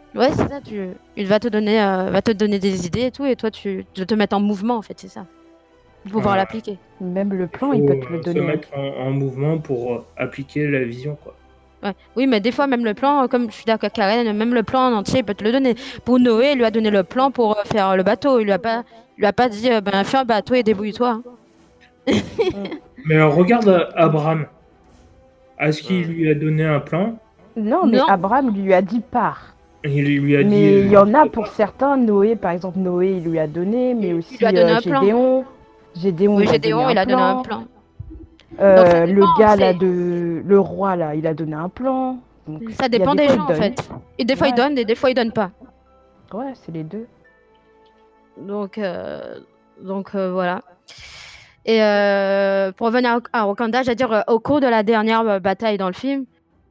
Ouais, c'est ça. Tu, il va te donner, euh, va te donner des idées et tout, et toi, tu, tu te mettre en mouvement, en fait, c'est ça. Pour pouvoir Euh, l'appliquer. Même le il plan, faut il peut te le euh, se donner. hein. mettre en, en mouvement pour euh, appliquer la vision, quoi. Ouais. Oui, mais des fois, même le plan, euh, comme je suis d'accord avec Karen, même le plan en entier, il peut te le donner. Pour Noé, il lui a donné le plan pour euh, faire le bateau. Il lui a pas, il lui a pas dit, euh, ben, fais un bateau et débrouille-toi. hein. Mais euh, regarde euh, Abraham. Est-ce qu'il Hmm. lui a donné un plan? Non, mais Non. Abraham lui a dit pars. Il lui a dit. Mais il y euh, en a pour certains, Noé, par exemple, Noé, il lui a donné, mais Il, il aussi lui a donné euh, un plan. Gédéon. Gédéon, Oui, il a donné Gédéon, un il a donné un plan. plan. Donc ça Euh, le dépend. gars là C'est, de le roi là, il a donné un plan. Donc ça il y a dépend des des fois il gens, en donne. fait. Et des fois, ils Ouais, donnent, et des fois, ils donnent pas. ouais, c'est les deux. Donc, euh, donc euh, voilà. Et euh, pour revenir à à Wakanda, j'allais dire, euh, au cours de la dernière euh, bataille dans le film,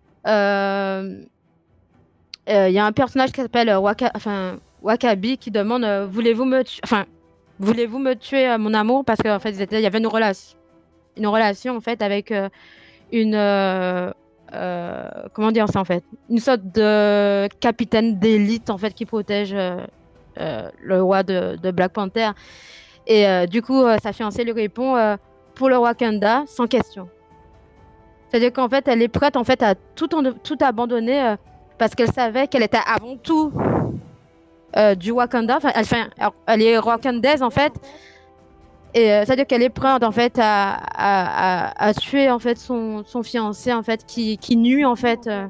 euh, euh, il y a un personnage qui s'appelle euh, Waka, enfin, Wakabi qui demande euh, voulez-vous me tuer, enfin, voulez-vous me tuer, euh, mon amour? Parce qu'en fait, ils étaient- il y avait une relation, une relation en fait avec euh, une, euh, euh, comment dire ça en fait, une sorte de capitaine d'élite en fait qui protège euh, euh, le roi de, de Black Panther. Et euh, du coup, euh, sa fiancée lui répond euh, pour le Wakanda sans question. C'est-à-dire qu'en fait, elle est prête en fait à tout, en- tout abandonner euh, parce qu'elle savait qu'elle était avant tout euh, du Wakanda. Enfin, elle, enfin, alors, elle est wakandaise en fait. Et euh, c'est-à-dire qu'elle est prête en fait à, à, à, à tuer en fait son, son fiancé en fait qui, qui nuit en fait euh,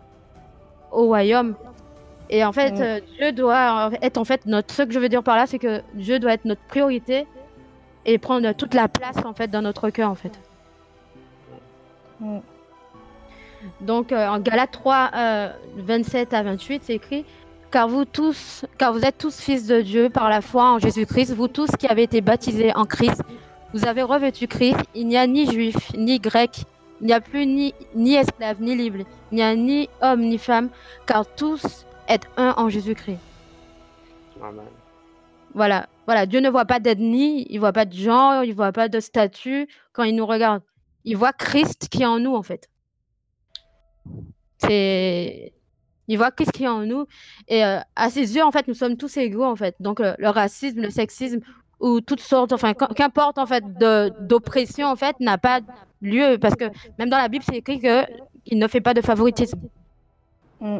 au royaume. Et en fait, Mm. euh, Dieu doit être en fait notre. Ce que je veux dire par là, c'est que Dieu doit être notre priorité et prendre toute la place en fait dans notre cœur en fait. Mm. Donc euh, en Galates trois, euh, vingt-sept à vingt-huit, c'est écrit car vous tous, car vous êtes tous fils de Dieu par la foi en Jésus-Christ, vous tous qui avez été baptisés en Christ, vous avez revêtu Christ. Il n'y a ni juif ni grec, il n'y a plus ni, ni esclave ni libre, il n'y a ni homme ni femme, car tous êtes un en Jésus-Christ. Amen. Voilà, voilà. Dieu ne voit pas d'ethnie, il voit pas de genre, il voit pas de statut quand il nous regarde. Il voit Christ qui est en nous en fait. C'est Il voit qu'est-ce qu'il y a en nous. Et euh, à ses yeux, en fait, nous sommes tous égaux, en fait. Donc, euh, le racisme, le sexisme, ou toutes sortes, enfin, qu'im- qu'importe, en fait, de- d'oppression, en fait, n'a pas lieu. Parce que même dans la Bible, c'est écrit que qu'il ne fait pas de favoritisme. Mm.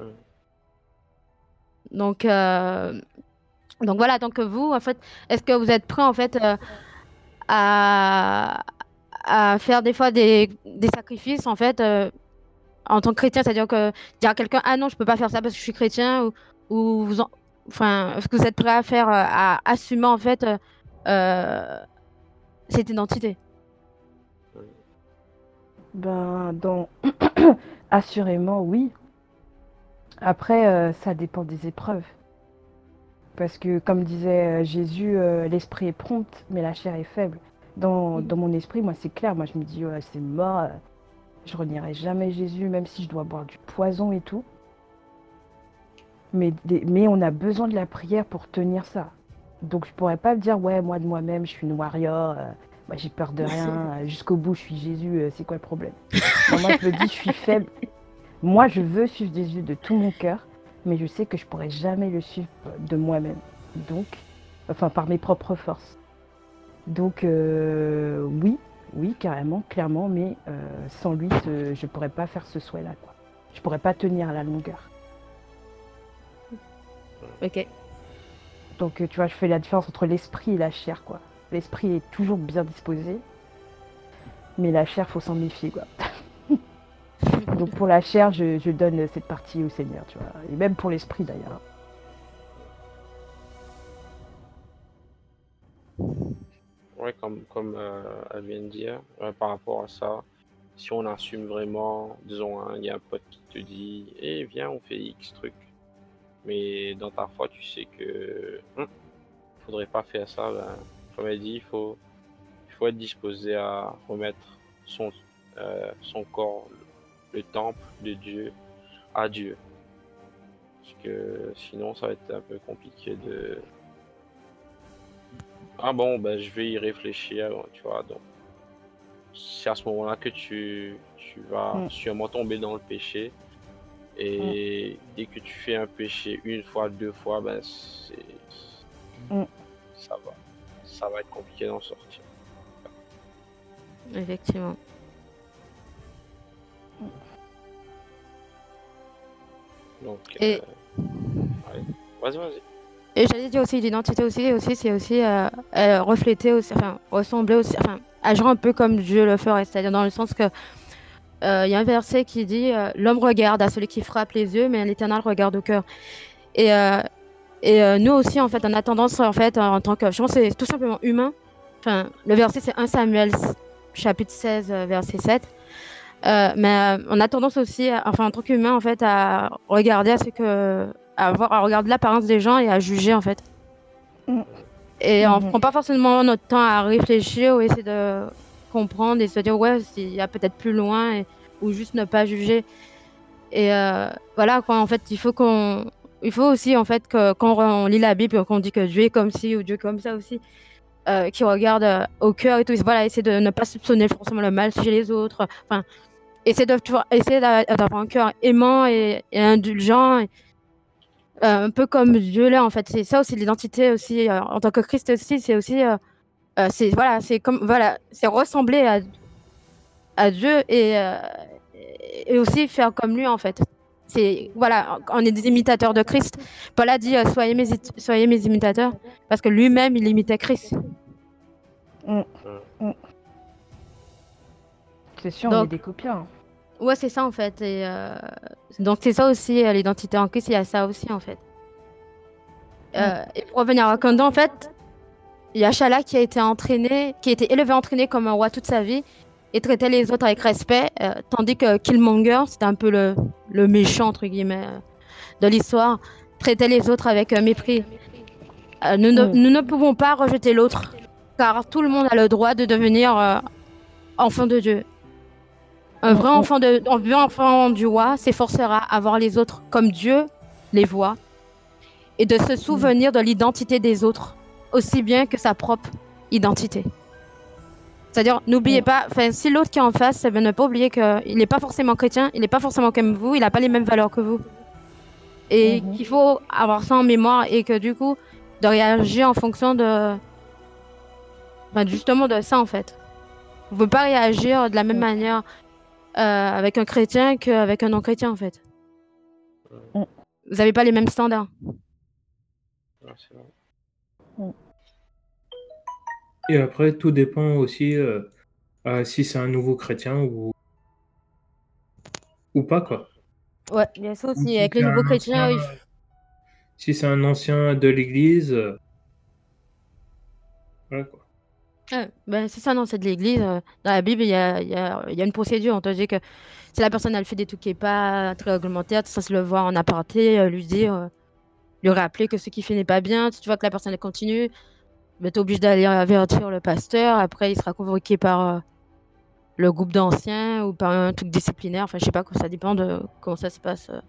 Donc, euh, donc voilà. Donc, vous, en fait, est-ce que vous êtes prêts, en fait, euh, à, à faire des fois des, des sacrifices, en fait, euh, en tant que chrétien, c'est-à-dire que dire à quelqu'un ah non je peux pas faire ça parce que je suis chrétien ou, ou vous en- enfin est-ce que vous êtes prêt à faire euh, à assumer en fait euh, euh, cette identité. Ben dans assurément oui. Après euh, ça dépend des épreuves. Parce que comme disait euh, Jésus, euh, l'esprit est prompt, mais la chair est faible. Dans, Mhm. dans mon esprit, moi c'est clair, moi je me dis ouais, c'est mort, euh, je renierai jamais Jésus, même si je dois boire du poison et tout. Mais, des- mais on a besoin de la prière pour tenir ça. Donc je pourrais pas me dire ouais moi de moi-même je suis une warrior, euh, moi j'ai peur de rien, euh, jusqu'au bout je suis Jésus, euh, c'est quoi le problème? Non, moi je me dis je suis faible. Moi je veux suivre Jésus de tout mon cœur, mais je sais que je pourrais jamais le suivre de moi-même. Donc, enfin par mes propres forces. Donc euh, oui, oui carrément, clairement, mais euh, sans lui ce- je pourrais pas faire ce souhait-là quoi. Je pourrais pas tenir à la longueur. Ok. Donc, euh, tu vois, je fais la différence entre l'esprit et la chair, quoi. L'esprit est toujours bien disposé, mais la chair, faut s'en méfier, quoi. Donc, pour la chair, je, je donne cette partie au Seigneur, tu vois. Et même pour l'esprit, d'ailleurs. Ouais, comme, comme euh, elle vient de dire, euh, par rapport à ça, si on assume vraiment, disons, hein, il y a un pote qui te dit, eh viens, on fait X truc. Mais dans ta foi, tu sais que hum, faudrait pas faire ça. Ben, comme elle dit, il faut, il faut être disposé à remettre son, euh, son corps, le temple de Dieu, à Dieu. Parce que sinon, ça va être un peu compliqué de. Ah bon, ben je vais y réfléchir, tu vois. Donc, c'est à ce moment-là que tu, tu vas Mm. sûrement tomber dans le péché. Et dès que tu fais un péché une fois, deux fois, ben c'est Mm. ça va. Ça va être compliqué d'en sortir. Effectivement. Donc, Et- euh, ouais. Vas-y, vas-y. Et j'allais dire aussi, l'identité aussi, aussi c'est aussi euh, euh, refléter, aussi, enfin, ressembler aussi, enfin, agir un peu comme Dieu le ferait, c'est-à-dire dans le sens que euh, il y a un verset qui dit euh, l'homme regarde à celui qui frappe les yeux, mais l'Éternel regarde au cœur. Et, euh, et euh, nous aussi, en fait, on a tendance, en fait, en tant que, je pense, que c'est tout simplement humain. Enfin, le verset, c'est un Samuel, chapitre seize, euh, verset sept. Euh, mais euh, on a tendance aussi, à- enfin, en tant qu'humain, en fait, à regarder à ce que, à, voir, à regarder l'apparence des gens et à juger, en fait. Mm. Et on Mhm. prend pas forcément notre temps à réfléchir ou essayer de comprendre et se dire, ouais, il y a peut-être plus loin, et- ou juste ne pas juger. Et euh, voilà, quoi, en fait, il faut qu'on. Il faut aussi, en fait, que quand on lit la Bible, qu'on dit que Dieu est comme ci ou Dieu est comme ça aussi, euh, qui regarde euh, au cœur et tout, voilà, essayer de ne pas soupçonner forcément le mal chez les autres. Enfin, essayer de toujours essayer d'a- d'avoir un cœur aimant et, et indulgent, et, euh, un peu comme Dieu l'est, en fait. C'est ça aussi l'identité aussi, euh, en tant que Christ aussi, c'est aussi, euh, euh, c'est voilà, c'est comme voilà, c'est ressembler à, à Dieu et, euh, et aussi faire comme lui, en fait. C'est voilà, on est des imitateurs de Christ. Paul a dit euh, soyez mes it- soyez mes imitateurs parce que lui-même il imitait Christ. C'est sûr, on Donc, est des copiens. ouais, c'est ça en fait. Et euh, donc c'est ça aussi euh, l'identité en Christ, il y a ça aussi en fait. Euh, et pour revenir à Wakanda, en fait, il y a Shala qui a été entraîné, qui a été élevé, entraîné comme un roi toute sa vie et traitait les autres avec respect, euh, tandis que Killmonger, c'était un peu le, le méchant entre guillemets euh, de l'histoire, traitait les autres avec euh, mépris. Euh, nous, ne, Mm. nous ne pouvons pas rejeter l'autre, car tout le monde a le droit de devenir euh, enfant de Dieu. Un vrai Mm, mm. enfant, de, un vrai enfant du roi s'efforcera à voir les autres comme Dieu les voit et de se souvenir de l'identité des autres, aussi bien que sa propre identité. C'est-à-dire, n'oubliez Mm. pas, enfin, si l'autre qui est en face, eh ben, ne pas oublier qu'il n'est pas forcément chrétien, il n'est pas forcément comme vous, il n'a pas les mêmes valeurs que vous. Et Mhm. qu'il faut avoir ça en mémoire et que du coup, de réagir en fonction de. Ben, justement de ça en fait. Vous ne pouvez pas réagir de la même Mm. manière euh, avec un chrétien qu'avec un non-chrétien en fait. Mm. Vous n'avez pas les mêmes standards. Ouais, c'est vrai. Et après, tout dépend aussi euh, euh, si c'est un nouveau chrétien ou, ou pas, quoi. Ouais, il y a ça Ou aussi. si Avec les c'est nouveaux un chrétiens, ancien, il f- si c'est un ancien de l'église, euh, voilà, quoi. ouais, ben, c'est ça, non, c'est de l'église. euh, Dans la Bible, il y a, il y a- il y a une procédure. On te dit que si la personne elle fait des trucs qui n'est pas très réglementaire, ça se le voir en aparté, euh, lui dire, euh, lui rappeler que ce qu'il fait n'est pas bien. Si tu vois que la personne elle continue, ben, tu es obligé d'aller avertir le pasteur. Après, il sera convoqué par euh, le groupe d'anciens ou par un truc disciplinaire. Enfin, je sais pas, ça dépend de comment ça se passe euh,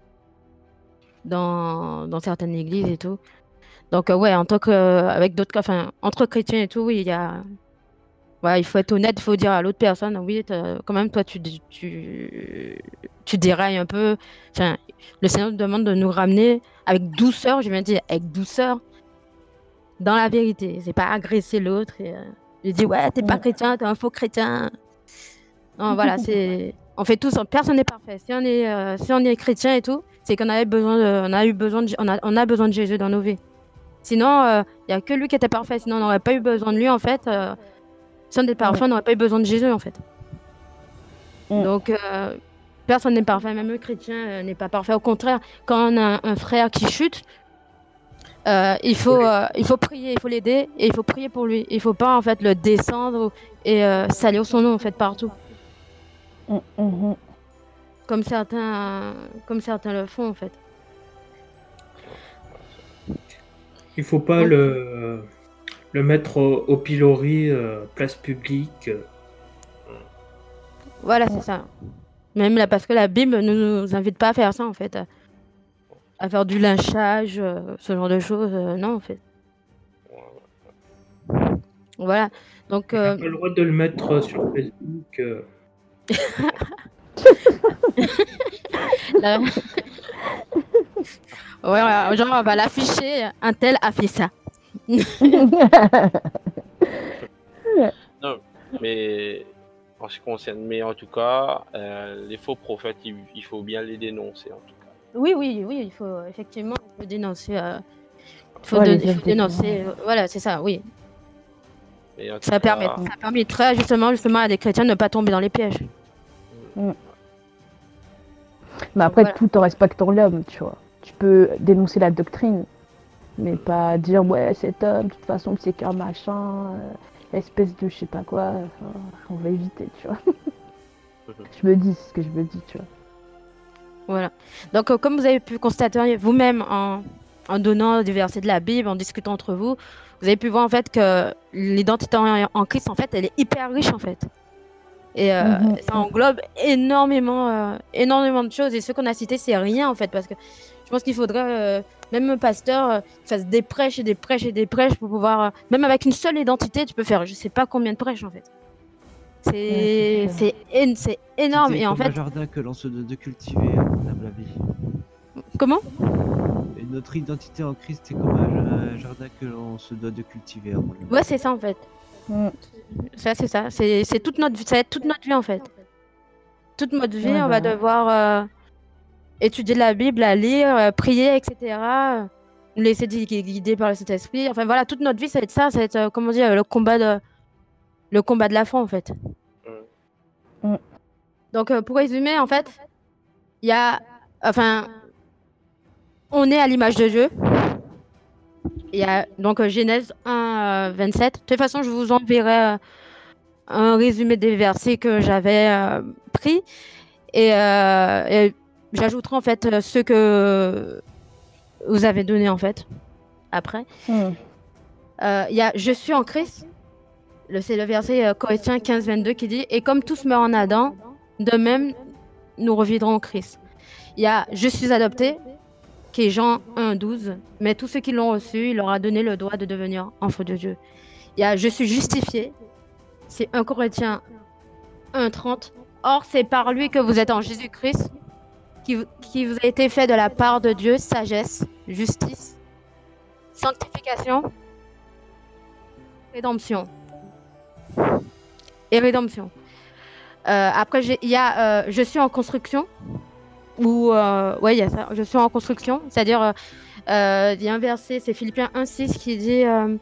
dans, dans certaines églises et tout. Donc, euh, ouais, en tant que, euh, avec d'autres, enfin, entre chrétiens et tout, oui, il y a. Ouais, il faut être honnête, il faut dire à l'autre personne, oui, t'as- quand même, toi, tu, dé- tu, tu dérailles un peu. Enfin, le Seigneur nous demande de nous ramener avec douceur, je viens de dire, avec douceur, dans la vérité. C'est pas agresser l'autre et euh, lui dire, ouais, t'es pas Mm. chrétien, t'es un faux chrétien. Non, voilà, c'est. On fait tous, personne n'est parfait. Si on est, euh, si on est chrétien et tout, c'est qu'on avait besoin de, on a eu besoin de, on a, on a besoin de Jésus dans nos vies. Sinon, il n'y a que lui qui était parfait. Sinon, on n'aurait pas eu besoin de lui, en fait. euh, si on était parfait, on n'aurait pas eu besoin de Jésus, en fait. Mm. Donc, euh, personne n'est parfait. Même le chrétien euh, n'est pas parfait. Au contraire, quand on a un, un frère qui chute, euh, il, faut, euh, il faut prier, il faut l'aider et il faut prier pour lui. Il ne faut pas, en fait, le descendre et euh, salir son nom, en fait, partout. Mm. Mhm. Comme certains, comme certains le font, en fait. Il faut pas Donc, le, le mettre au, au pilori, euh, place publique. euh. voilà, c'est ça. Même là, parce que la Bible ne nous invite pas à faire ça, en fait. À, à faire du lynchage, euh, ce genre de choses. euh, non, en fait. Voilà. Donc, On n'a euh, pas le droit de le mettre sur Facebook. euh. La- Ouais, ouais, genre, on va l'afficher, un tel a fait ça. Non, mais en ce qui concerne, mais en tout cas, euh, les faux prophètes, il, il faut bien les dénoncer en tout cas. Oui, oui, oui, il faut effectivement il faut dénoncer. euh, Il faut, Ouais, de- les il faut œuvres des dénoncer. euh, Voilà, c'est ça, oui. Mais en tout Ça, permet, cas, ça permettrait justement, justement à des chrétiens de ne pas tomber dans les pièges. Mais après, Voilà. tout en respectant l'homme, tu vois. Tu peux dénoncer la doctrine, mais pas dire, ouais, cet homme, de toute façon, c'est qu'un machin, euh, espèce de je sais pas quoi. Enfin, on va éviter, tu vois. Je me dis ce que je me dis, tu vois. Voilà. Donc, euh, comme vous avez pu constater vous-même en, en donnant des versets de la Bible, en discutant entre vous, vous avez pu voir en fait que l'identité en, en Christ, en fait, elle est hyper riche en fait. Et euh, Mhm. ça englobe énormément, euh, énormément de choses. Et ce qu'on a cité, c'est rien en fait, parce que je pense qu'il faudrait, euh, même un pasteur, euh, fasse des prêches et des prêches et des prêches pour pouvoir, euh, même avec une seule identité, tu peux faire, je sais pas combien de prêches en fait. C'est, Ouais, c'est sûr. c'est, é- c'est énorme. C'était Et en comme un fait, jardin que l'on se doit de cultiver, hein, Madame la vie. comment? Et notre identité en Christ, c'est comme un, un jardin que l'on se doit de cultiver. à mon avis. Ouais, c'est ça en fait. Mm. Ça, c'est ça. C'est, c'est toute notre vie, ça va être toute notre vie en fait. Toute notre vie, Ouais, on bah. va devoir euh, étudier la Bible, la lire, euh, prier, et cetera. euh, Nous laisser gui- gui- guider par le Saint-Esprit. Enfin voilà, toute notre vie, ça va être ça. Ça va être, euh, comment dire, le combat de, le combat de la foi en fait. euh, Donc euh, pour résumer, en fait, il y a, enfin, on est à l'image de Dieu. Il y a donc euh, Genèse un, euh, vingt-sept. De toute façon, je vous enverrai euh, un résumé des versets que j'avais euh, pris. Et, euh, et j'ajouterai en fait euh, ceux que vous avez donnés en fait après. Mm. Euh, Il y a Je suis en Christ. Le- C'est le verset euh, Corinthiens quinze vingt-deux qui dit Et comme tous meurent en Adam, de même nous revivrons en Christ. Il y a Je suis adopté, qui est Jean un douze. Mais tous ceux qui l'ont reçu, il leur a donné le droit de devenir enfants de Dieu. Il y a Je suis justifié, c'est un Corinthiens un trente. Or, c'est par lui que vous êtes en Jésus-Christ, qui, vous- qui vous a été fait de la part de Dieu, sagesse, justice, sanctification, rédemption. Et rédemption. Euh, après, j'ai- il y a euh, Je suis en construction. Ou, euh, ouais, il y a ça. Je suis en construction. C'est-à-dire, euh, euh, il y a un verset, c'est Philippiens un six qui dit euh,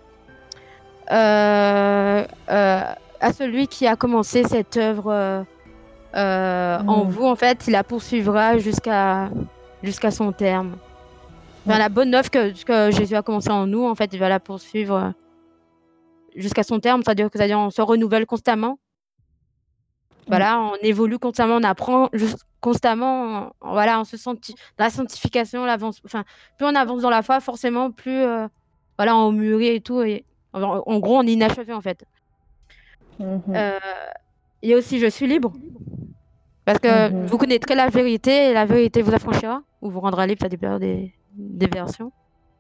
euh, euh, à celui qui a commencé cette œuvre euh, euh, en Mm. vous, en fait, il la poursuivra jusqu'à jusqu'à son terme. Enfin, la bonne œuvre que, que Jésus a commencé en nous, en fait, il va la poursuivre euh, jusqu'à son terme. C'est-à-dire que c'est-à-dire on se renouvelle constamment. Voilà, on évolue constamment, on apprend juste constamment. on- Voilà, on se sent dans la sanctification, l'avance. Enfin, plus on avance dans la foi, forcément, plus euh, voilà, on mûrit et tout. Et en, en gros, on est inachevé en fait. Mhm. Euh, Il y a aussi Je suis libre. Parce que Mhm. vous connaîtrez la vérité et la vérité vous affranchira ou vous rendra libre, ça dépend des, des versions.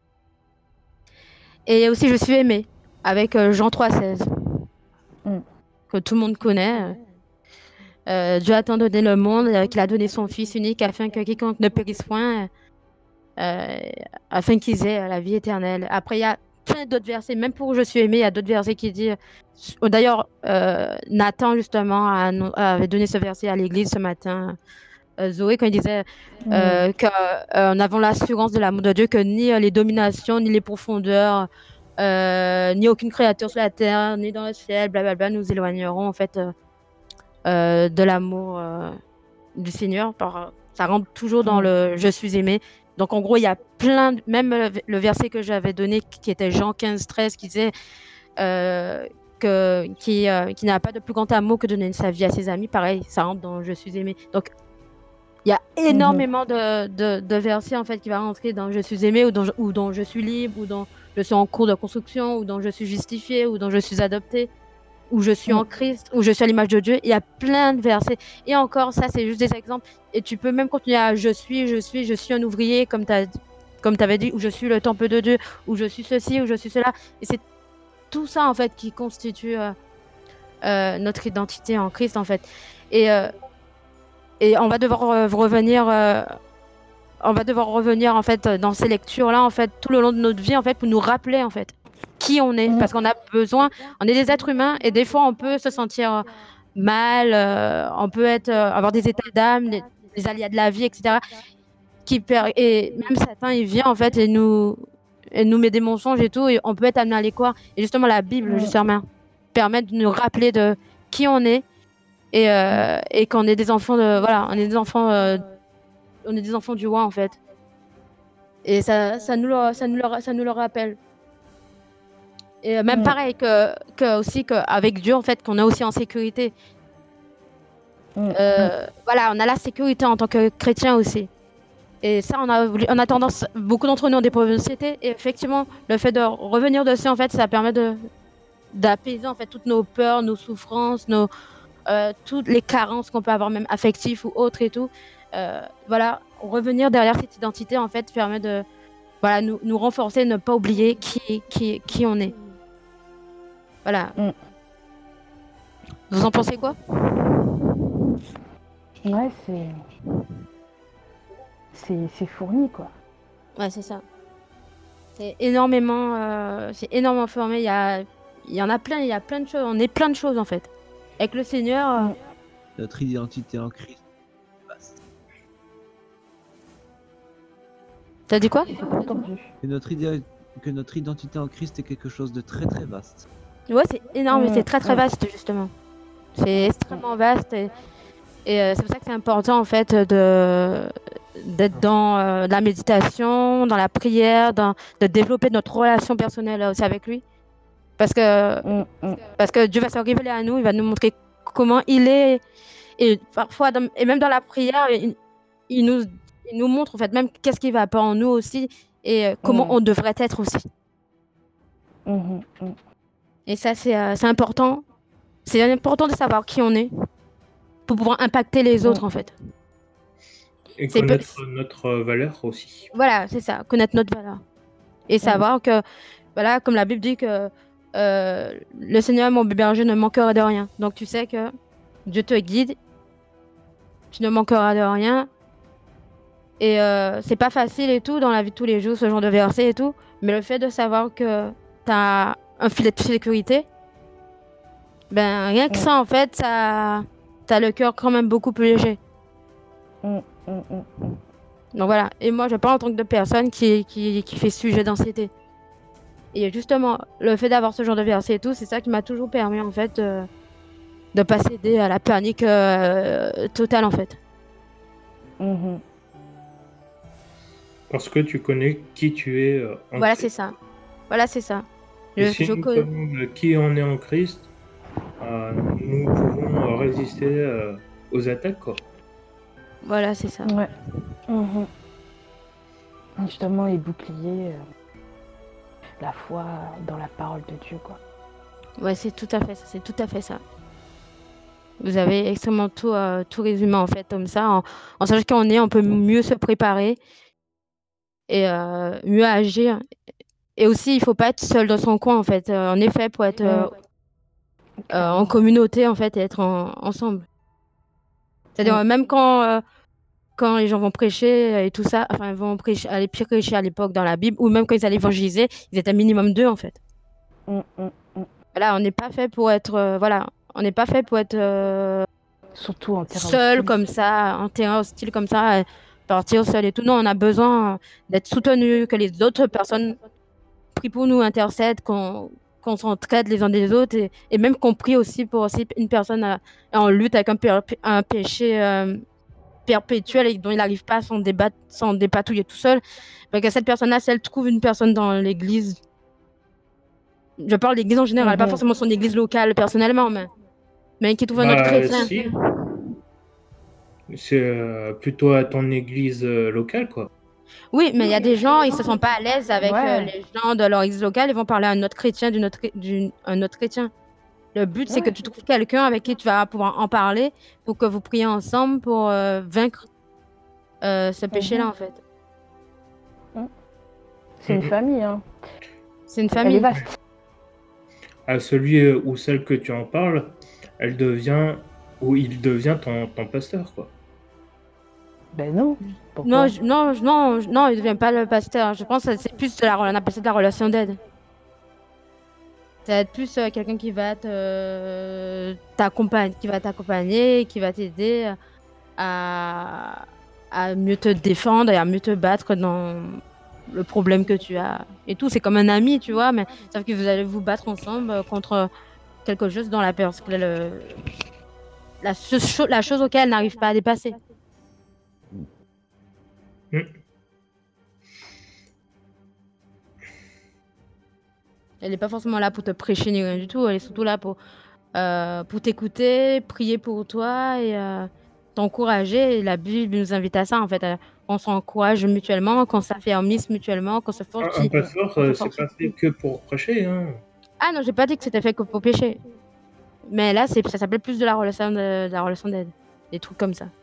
Et il y a aussi Je suis aimé avec euh, Jean trois seize Mm. que tout le monde connaît. Euh, Dieu a tant donné le monde euh, qu'il a donné son Fils unique afin que quiconque ne périsse point, euh, afin qu'ils aient euh, la vie éternelle. Après, il y a plein d'autres versets, même pour Je suis aimé, il y a d'autres versets qui disent. euh, D'ailleurs, euh, Nathan, justement, a annon- avait donné ce verset à l'église ce matin. Euh, Zoé, quand il disait euh, Mm. qu'on avons l'assurance de l'amour de Dieu, que ni euh, les dominations, ni les profondeurs, euh, ni aucune créature sur la terre, ni dans le ciel, blablabla, nous éloigneront en fait euh, euh, de l'amour euh, du Seigneur. Par, ça rentre toujours dans Mm. le Je suis aimé. Donc en gros, il y a plein, de- même le, le verset que j'avais donné, qui était Jean quinze treize, qui disait euh, que, qui, euh, qui n'a pas de plus grand amour que de donner sa vie à ses amis. Pareil, ça rentre dans Je suis aimé. Donc il y a énormément de, de, de versets en fait qui va rentrer dans Je suis aimé ou dans, ou dans Je suis libre ou dans Je suis en cours de construction ou dans Je suis justifié ou dans Je suis adopté ou Je suis Mm. en Christ ou Je suis à l'image de Dieu. Il y a plein de versets. Et encore, ça c'est juste des exemples. Et tu peux même continuer à Je suis, je suis, je suis un ouvrier comme tu comme avais dit, ou je suis le temple de Dieu, ou je suis ceci, ou je suis cela. Et c'est tout ça en fait qui constitue euh, euh, notre identité en Christ en fait. Et euh, et on va devoir euh, revenir, euh, on va devoir revenir en fait dans ces lectures-là en fait tout le long de notre vie en fait pour nous rappeler en fait qui on est, Mm. parce qu'on a besoin, on est des êtres humains et des fois on peut se sentir mal, euh, on peut être, euh, avoir des états d'âme, les, les aléas de la vie, et cetera. Qui per- et même Satan il vient en fait et nous et nous met des mensonges et tout et on peut être amené à les croire. Et justement la Bible Mm. justement permet de nous rappeler de qui on est et, euh, et qu'on est des enfants de voilà, on est des enfants euh, on est des enfants du roi en fait. Et ça ça nous le, ça nous le, ça nous le rappelle. Et euh, même Mm. pareil que, que aussi qu'avec Dieu en fait qu'on est aussi en sécurité. Mm. Euh, voilà, on a la sécurité en tant que chrétien aussi. Et ça, on a, voulu- on a tendance, beaucoup d'entre nous ont des problèmes de société. Et effectivement, le fait de revenir dessus, en fait, ça permet de d'apaiser en fait toutes nos peurs, nos souffrances, nos euh, toutes les carences qu'on peut avoir, même affectives ou autres et tout. Euh, voilà, revenir derrière cette identité, en fait, permet de voilà nous, nous renforcer, ne pas oublier qui qui qui on est. Voilà. Mm. Vous en pensez quoi? Ouais, c'est. C'est c'est fourni, quoi. Ouais, c'est ça. C'est énormément, euh, c'est énormément formé. Il y a, il y en a plein, il y a plein de choses. On est plein de choses en fait. Avec le Seigneur, euh, Mm. Notre identité en Christ est vaste. t'as dit quoi? J'ai pas entendu. Que notre, idée- que notre identité en Christ est quelque chose de très très vaste. Ouais, c'est énorme, Mm, c'est très très mm. vaste justement. C'est extrêmement vaste et, et, euh, c'est pour ça que c'est important en fait de d'être dans euh, la méditation, dans la prière, dans, de développer notre relation personnelle aussi avec lui. Parce que Mm, mm. parce que Dieu va se révéler à nous, il va nous montrer comment il est. Et parfois, dans- et même dans la prière, il, il nous, il nous montre en fait même qu'est-ce qui va pas en nous aussi et euh, comment Mm. on devrait être aussi. Mhm, mm. Et ça, c'est euh, c'est important. C'est important de savoir qui on est pour pouvoir impacter les Mm. autres en fait. Et C'est peu- connaître notre euh, valeur aussi. Voilà, c'est ça, connaître notre valeur. Et savoir que, voilà, comme la Bible dit que euh, le Seigneur, mon berger, ne manquera de rien. Donc tu sais que Dieu te guide, tu ne manqueras de rien. Et euh, c'est pas facile et tout dans la vie de tous les jours, ce genre de verset et tout. Mais le fait de savoir que tu as un filet de sécurité, ben rien que Mm. ça, en fait, ça t'as le cœur quand même beaucoup plus léger. Mm, mm, mm, mm. Donc voilà. Et moi, je parle en tant que personne qui, qui, qui fait sujet d'anxiété. Et justement, le fait d'avoir ce genre de verset et tout, c'est ça qui m'a toujours permis, en fait, de ne pas céder à la panique euh, totale, en fait. Mhm. Parce que tu connais qui tu es euh, en Voilà, Christ. c'est ça. Voilà, c'est ça. Et Je, si je nous connais. connaissons qui on est en Christ, euh, nous pouvons euh, résister euh, aux attaques, quoi. Voilà, c'est ça. Ouais. Mhm. Justement, les boucliers, euh, la foi dans la parole de Dieu, quoi. Ouais, c'est tout à fait ça. C'est tout à fait ça. Vous avez extrêmement tout, euh, tout résumé, en fait, comme ça. En, en sachant qu'on est, on peut mieux se préparer et euh, mieux agir. Et aussi, il faut pas être seul dans son coin, en fait. Euh, en effet, pour être euh, euh, en communauté, en fait, et être en- ensemble. C'est-à-dire, Mm. euh, même quand, euh, quand les gens vont prêcher euh, et tout ça, enfin, ils vont prêcher, aller prêcher à l'époque dans la Bible, ou même quand ils allaient évangéliser, ils étaient un minimum deux, en fait. Mm, mm, mm. Voilà, on n'est pas fait pour être, euh, voilà, on n'est pas fait pour être euh, Surtout en terrain seul hostile. comme ça, en terrain hostile comme ça, euh, partir seul et tout. Non, on a besoin euh, d'être soutenu, que les autres personnes prient pour nous, intercèdent, qu'on qu'on s'entraide les uns des autres et, et même qu'on prie aussi pour aussi une personne euh, en lutte avec un, pé- un péché euh, perpétuel et dont il n'arrive pas à s'en débattre, s'en dépatouiller tout seul. Donc, cette personne-là, si elle trouve une personne dans l'église, je parle d'église en général, pas Mhm. forcément son église locale personnellement, mais, mais qui trouve un autre Bah, chrétien. si. C'est euh, plutôt à ton église euh, locale, quoi. Oui, mais il y a des gens, ils se sentent pas à l'aise avec Ouais. euh, les gens de leur église locale, ils vont parler à un autre chrétien d'une autre, d'une, un autre chrétien. Le but, c'est que Ouais. tu trouves quelqu'un avec qui tu vas pouvoir en parler pour que vous priez ensemble pour euh, vaincre euh, ce péché-là, Mhm. en fait. C'est une Mhm. famille, hein. C'est une Elle est famille. vaste. À celui euh, ou celle que tu en parles, elle devient ou il devient ton, ton pasteur, quoi. Ben non. Non, Pourquoi? je- non, je- non, je- non, il devient pas le pasteur. Je pense que c'est plus de la, on appelle ça de la relation d'aide. Ça va être plus euh, quelqu'un qui va te, euh, t'accompagner, qui va t'accompagner, qui va t'aider à, à mieux te défendre et à mieux te battre dans le problème que tu as et tout. C'est comme un ami, tu vois, mais sauf que vous allez vous battre ensemble euh, contre quelque chose dans la personne, le, la, cho- la chose auquel elle n'arrive pas à dépasser. Mm. Elle n'est pas forcément là pour te prêcher ni rien du tout. Elle est surtout là pour, euh, pour t'écouter, prier pour toi et euh, t'encourager. Et la Bible nous invite à ça, en fait. euh, qu'on s'encourage mutuellement, qu'on s'affermisse mutuellement, qu'on se Un, un fortifie. pasteur, qu'on se euh, c'est pas fait fortifie. que pour prêcher. Hein. Ah non, j'ai pas dit que c'était fait que pour pécher. Mais là, c'est, ça s'appelle plus de la relation de, de la relation d'aide. Des trucs comme ça.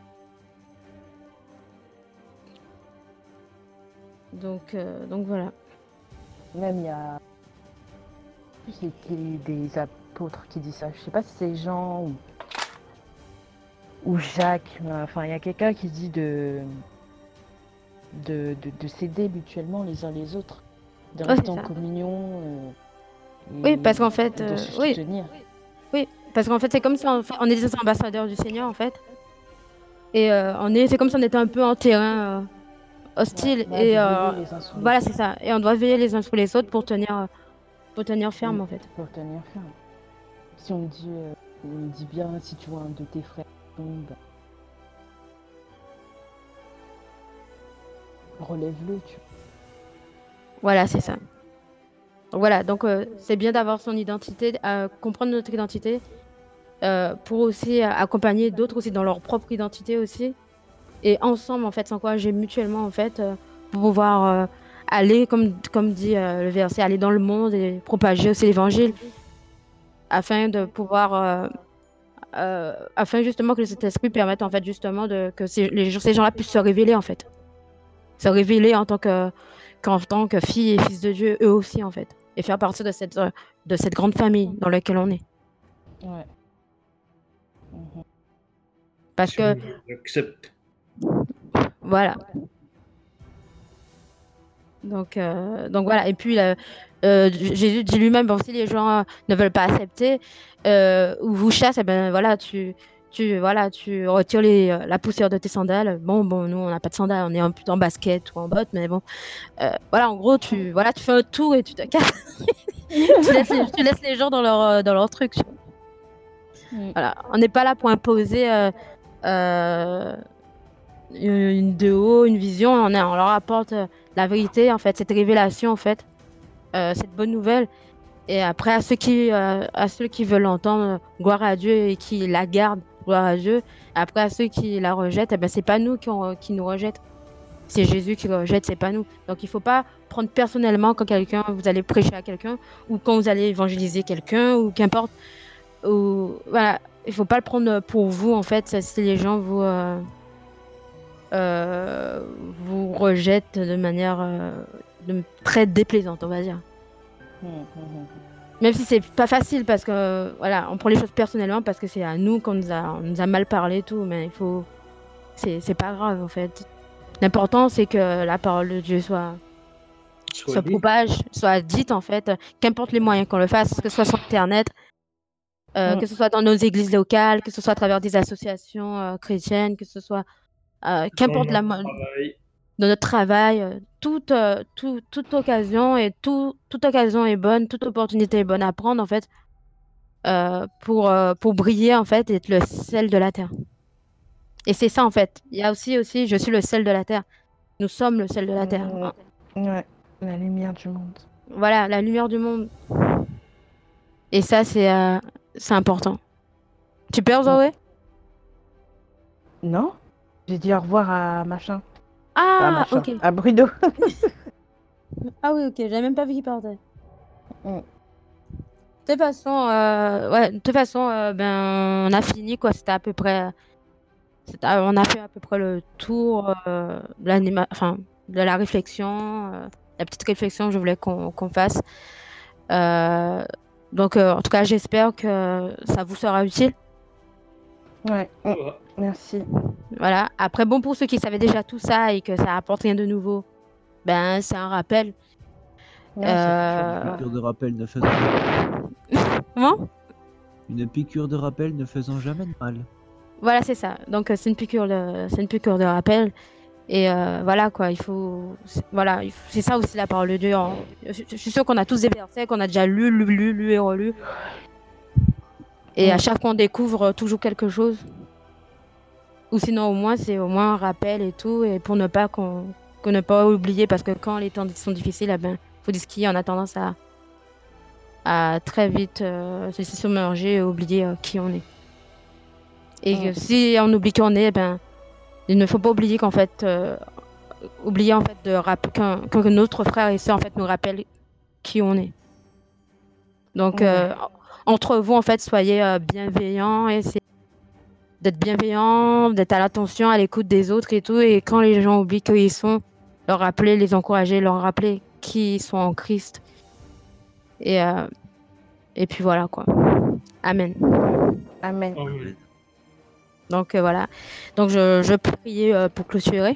Donc, euh, donc voilà. Même il y a. C'est qui des apôtres qui disent ça. Je sais pas si c'est Jean ou, ou Jacques. Mais enfin, il y a quelqu'un qui dit de de, de, de s'aider mutuellement les uns les autres, de Ouais, rester c'est en ça. communion. euh, Oui, et parce qu'en fait, de euh, se oui, soutenir. oui, parce qu'en fait, c'est comme si on, fait- on est des ambassadeurs du Seigneur, en fait. Et euh, on est, c'est comme si on était un peu en terrain euh, hostile. Ouais, Et de euh, veiller les uns sur les voilà, autres. c'est ça. Et on doit veiller les uns sur les autres pour tenir, euh, pour tenir ferme, en fait. Pour tenir ferme. Si on dit, euh, on dit bien, si tu vois un de tes frères tombe, relève-le, tu Voilà, c'est ça. Voilà, donc euh, c'est bien d'avoir son identité, euh, comprendre notre identité, euh, pour aussi euh, accompagner d'autres aussi dans leur propre identité aussi. Et ensemble, en fait, s'encourager mutuellement, en fait, euh, pour pouvoir euh, aller, comme, comme dit euh, le verset, aller dans le monde et propager aussi l'évangile, afin de pouvoir, euh, euh, afin justement que cet esprit permette, en fait, justement, de, que ces, les, gens- ces gens-là puissent se révéler, en fait. Se révéler en tant que, qu'en tant que fille et fils de Dieu, eux aussi, en fait. Et faire partie de cette, euh, de cette grande famille dans laquelle on est. Ouais. Mhm. Parce que, J'accepte. voilà. Donc, euh, donc voilà. Et puis, euh, euh, Jésus dit lui-même, bon, si les gens euh, ne veulent pas accepter euh, ou vous chassent, eh ben voilà, tu, tu, voilà, tu retires les, euh, la poussière de tes sandales. Bon, bon, nous, on n'a pas de sandales, on est un peu en basket ou en botte, mais bon, euh, voilà, en gros, tu, voilà, tu fais un tour et tu te casses. tu, laisses les, tu laisses les gens dans leur, euh, dans leur truc. tu vois. Mm. Voilà, on n'est pas là pour imposer euh, euh, une une idéo, une vision. On, est, on leur apporte euh, la vérité, en fait, cette révélation, en fait. euh, cette bonne nouvelle. Et après, à ceux qui, euh, à ceux qui veulent l'entendre, gloire à Dieu et qui la gardent, gloire à Dieu. Après, à ceux qui la rejettent, eh ben, c'est pas nous qui, on- qui nous rejettent. C'est Jésus qui le rejette, c'est pas nous. Donc, il faut pas prendre personnellement quand quelqu'un, vous allez prêcher à quelqu'un ou quand vous allez évangéliser quelqu'un ou qu'importe. Ou, voilà, il faut pas le prendre pour vous, en fait, si les gens vous, euh, euh, vous rejettent de manière euh, de- très déplaisante, on va dire. Mm, mm, Même si c'est pas facile parce que voilà, on prend les choses personnellement parce que c'est à nous qu'on nous a, on nous a mal parlé et tout, mais il faut, c'est c'est pas grave en fait. L'important c'est que la parole de Dieu soit Soit se dit. propage, soit dite en fait, qu'importe les moyens qu'on le fasse, que ce soit sur internet, euh, Mm. que ce soit dans nos églises locales, que ce soit à travers des associations euh, chrétiennes, que ce soit euh, Dans qu'importe la notre mo- travail. dans notre travail, euh, toute, euh, tout- toute occasion et tout, toute occasion est bonne, toute opportunité est bonne à prendre en fait euh, pour, euh, pour briller en fait et être le sel de la terre. Et c'est ça en fait. Il y a aussi, aussi, je suis le sel de la terre. Nous sommes le sel de la terre. Mm. Ouais, la lumière du monde. Voilà, la lumière du monde. Et ça, c'est euh, c'est important. Tu perds, Zoé? Non? J'ai dit au revoir à machin. Pas à Ah, machin. ok. À Bruno. Ah oui, ok. J'avais même pas vu qu'il partait. Mm. De toute façon, euh, ouais, de toute façon, euh, ben, on a fini quoi. C'était à peu près, c'était- on a fait à peu près le tour euh, de l'anima, enfin, de la réflexion, euh, la petite réflexion que je voulais qu'on qu'on fasse. Euh, donc, euh, en tout cas, j'espère que ça vous sera utile. Ouais, mm, Voilà. merci. Voilà. Après, bon, pour ceux qui savaient déjà tout ça et que ça apporte rien de nouveau, ben, c'est un rappel. Ouais, ça fait Euh, toujours- Piqûre de rappel ne faisant jamais... Comment? Une piqûre de rappel ne faisant jamais de mal. Voilà, c'est ça. Donc, euh, c'est une piqûre de, c'est une piqûre de rappel. Et euh, voilà, quoi, il faut... c'est- Voilà, il faut- c'est ça aussi la parole de Dieu. en- Je, je suis sûre qu'on a tous des versets qu'on a déjà lu, lu, lu, lu et relu. Et à Mm. chaque fois, on découvre toujours quelque chose. Ou sinon, au moins, c'est au moins un rappel et tout. Et pour ne pas qu'on qu'on ne pas oublier. Parce que quand les temps sont difficiles, eh ben, faut dire ce qu'il y a. On a tendance à, à très vite euh, se submerger et oublier euh, qui on est. Et que Mm. si on oublie qui on est, eh ben, il ne faut pas oublier qu'en fait, euh, oublier en fait de rappeler qu'un que notre frère et sœur en fait nous rappellent qui on est. Donc Ouais. euh, entre vous en fait, soyez euh, bienveillants et essayez d'être bienveillants, d'être à l'attention, à l'écoute des autres et tout. Et quand les gens oublient qui ils sont, leur rappeler, les encourager, leur rappeler qui ils sont en Christ. Et euh, et puis voilà quoi. Amen. Amen. Amen. Donc euh, voilà. Donc je, je prie euh, pour clôturer.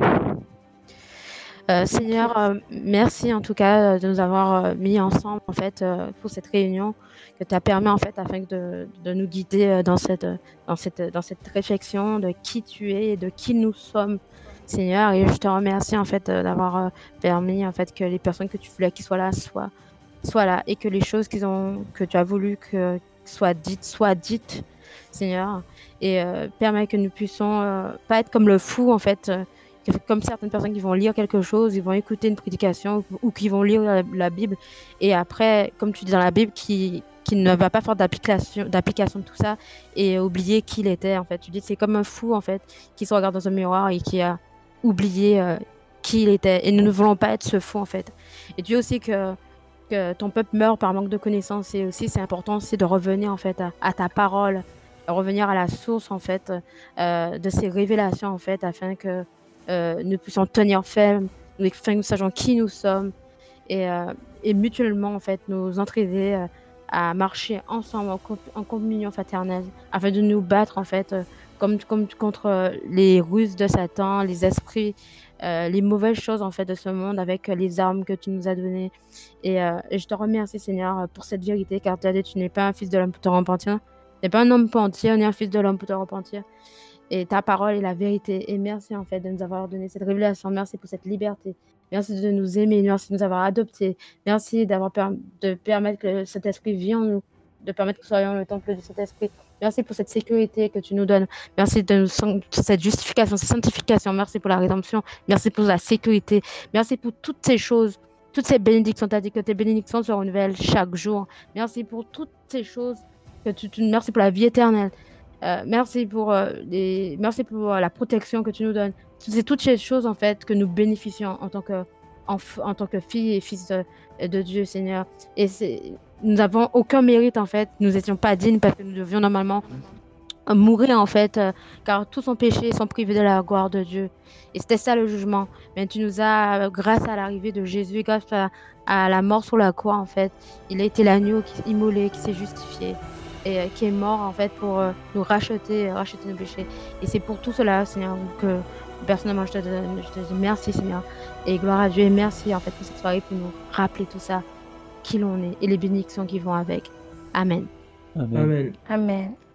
Euh, Seigneur, euh, merci en tout cas euh, de nous avoir euh, mis ensemble en fait euh, pour cette réunion que tu as permis en fait afin de, de nous guider euh, dans cette euh, dans cette dans cette réflexion de qui tu es et de qui nous sommes, Seigneur. Et je te remercie en fait euh, d'avoir euh, permis en fait que les personnes que tu voulais qu'ils soient là soient soient là et que les choses qu'ils ont que tu as voulu que soient dites soient dites, Seigneur. Et euh, permets que nous puissions euh, pas être comme le fou en fait. euh, que- comme certaines personnes qui vont lire quelque chose, ils vont écouter une prédication ou, ou qui vont lire la, la Bible et après, comme tu dis dans la Bible, qui, qui ne va pas faire d'application, d'application de tout ça et oublier qui il était en fait. Tu dis c'est comme un fou en fait qui se regarde dans un miroir et qui a oublié euh, qui il était et nous ne voulons pas être ce fou en fait. Et Dieu aussi que que ton peuple meurt par manque de connaissances et aussi c'est important c'est de revenir en fait à, à ta parole, revenir à la source en fait euh, de ces révélations en fait afin que euh, nous puissions tenir ferme, nous- afin que nous sachions qui nous sommes et, euh, et mutuellement en fait nous entraider euh, à marcher ensemble en, co- en communion fraternelle afin de nous battre en fait euh, comme, comme contre euh, les ruses de Satan, les esprits, euh, les mauvaises choses en fait de ce monde avec euh, les armes que tu nous as données. Et, euh, et je te remercie Seigneur pour cette vérité car tu as dit tu n'es pas un fils de l'homme pour te repentir, tu n'es pas un homme pour mentir ni un fils de l'homme pour te repentir. Et ta parole est la vérité. Et merci en fait de nous avoir donné cette révélation. Merci pour cette liberté. Merci de nous aimer. Merci de nous avoir adoptés. Merci d'avoir per- de permettre que cet esprit vienne en nous, de permettre que nous soyons le temple de cet esprit. Merci pour cette sécurité que tu nous donnes. Merci de nous san- cette justification, cette sanctification. Merci pour la rédemption. Merci pour la sécurité. Merci pour toutes ces choses, toutes ces bénédictions. Tu as dit que tes bénédictions se renouvellent chaque jour. Merci pour toutes ces choses. Que tu, tu- merci pour la vie éternelle. Euh, merci pour euh, les... merci pour euh, la protection que tu nous donnes. C'est toutes ces choses en fait que nous bénéficions en tant que en, en tant que filles et fils de, de Dieu, Seigneur. Et c'est nous n'avons aucun mérite en fait. Nous n'étions pas dignes parce que nous devions normalement euh, mourir en fait, euh, car tous ont péché et sont privés de la gloire de Dieu. Et c'était ça le jugement. Mais tu nous as, euh, grâce à l'arrivée de Jésus, grâce à, à la mort sur la croix en fait, il a été l'agneau qui s'est immolé, qui s'est justifié et euh, qui est mort en fait pour euh, nous racheter, euh, racheter nos péchés. Et c'est pour tout cela, Seigneur, que personnellement je te, donne- je te dis merci, Seigneur, et gloire à Dieu et merci en fait pour cette soirée pour nous rappeler tout ça, qui l'on est et les bénédictions qui vont avec. Amen. Amen. Amen. Amen.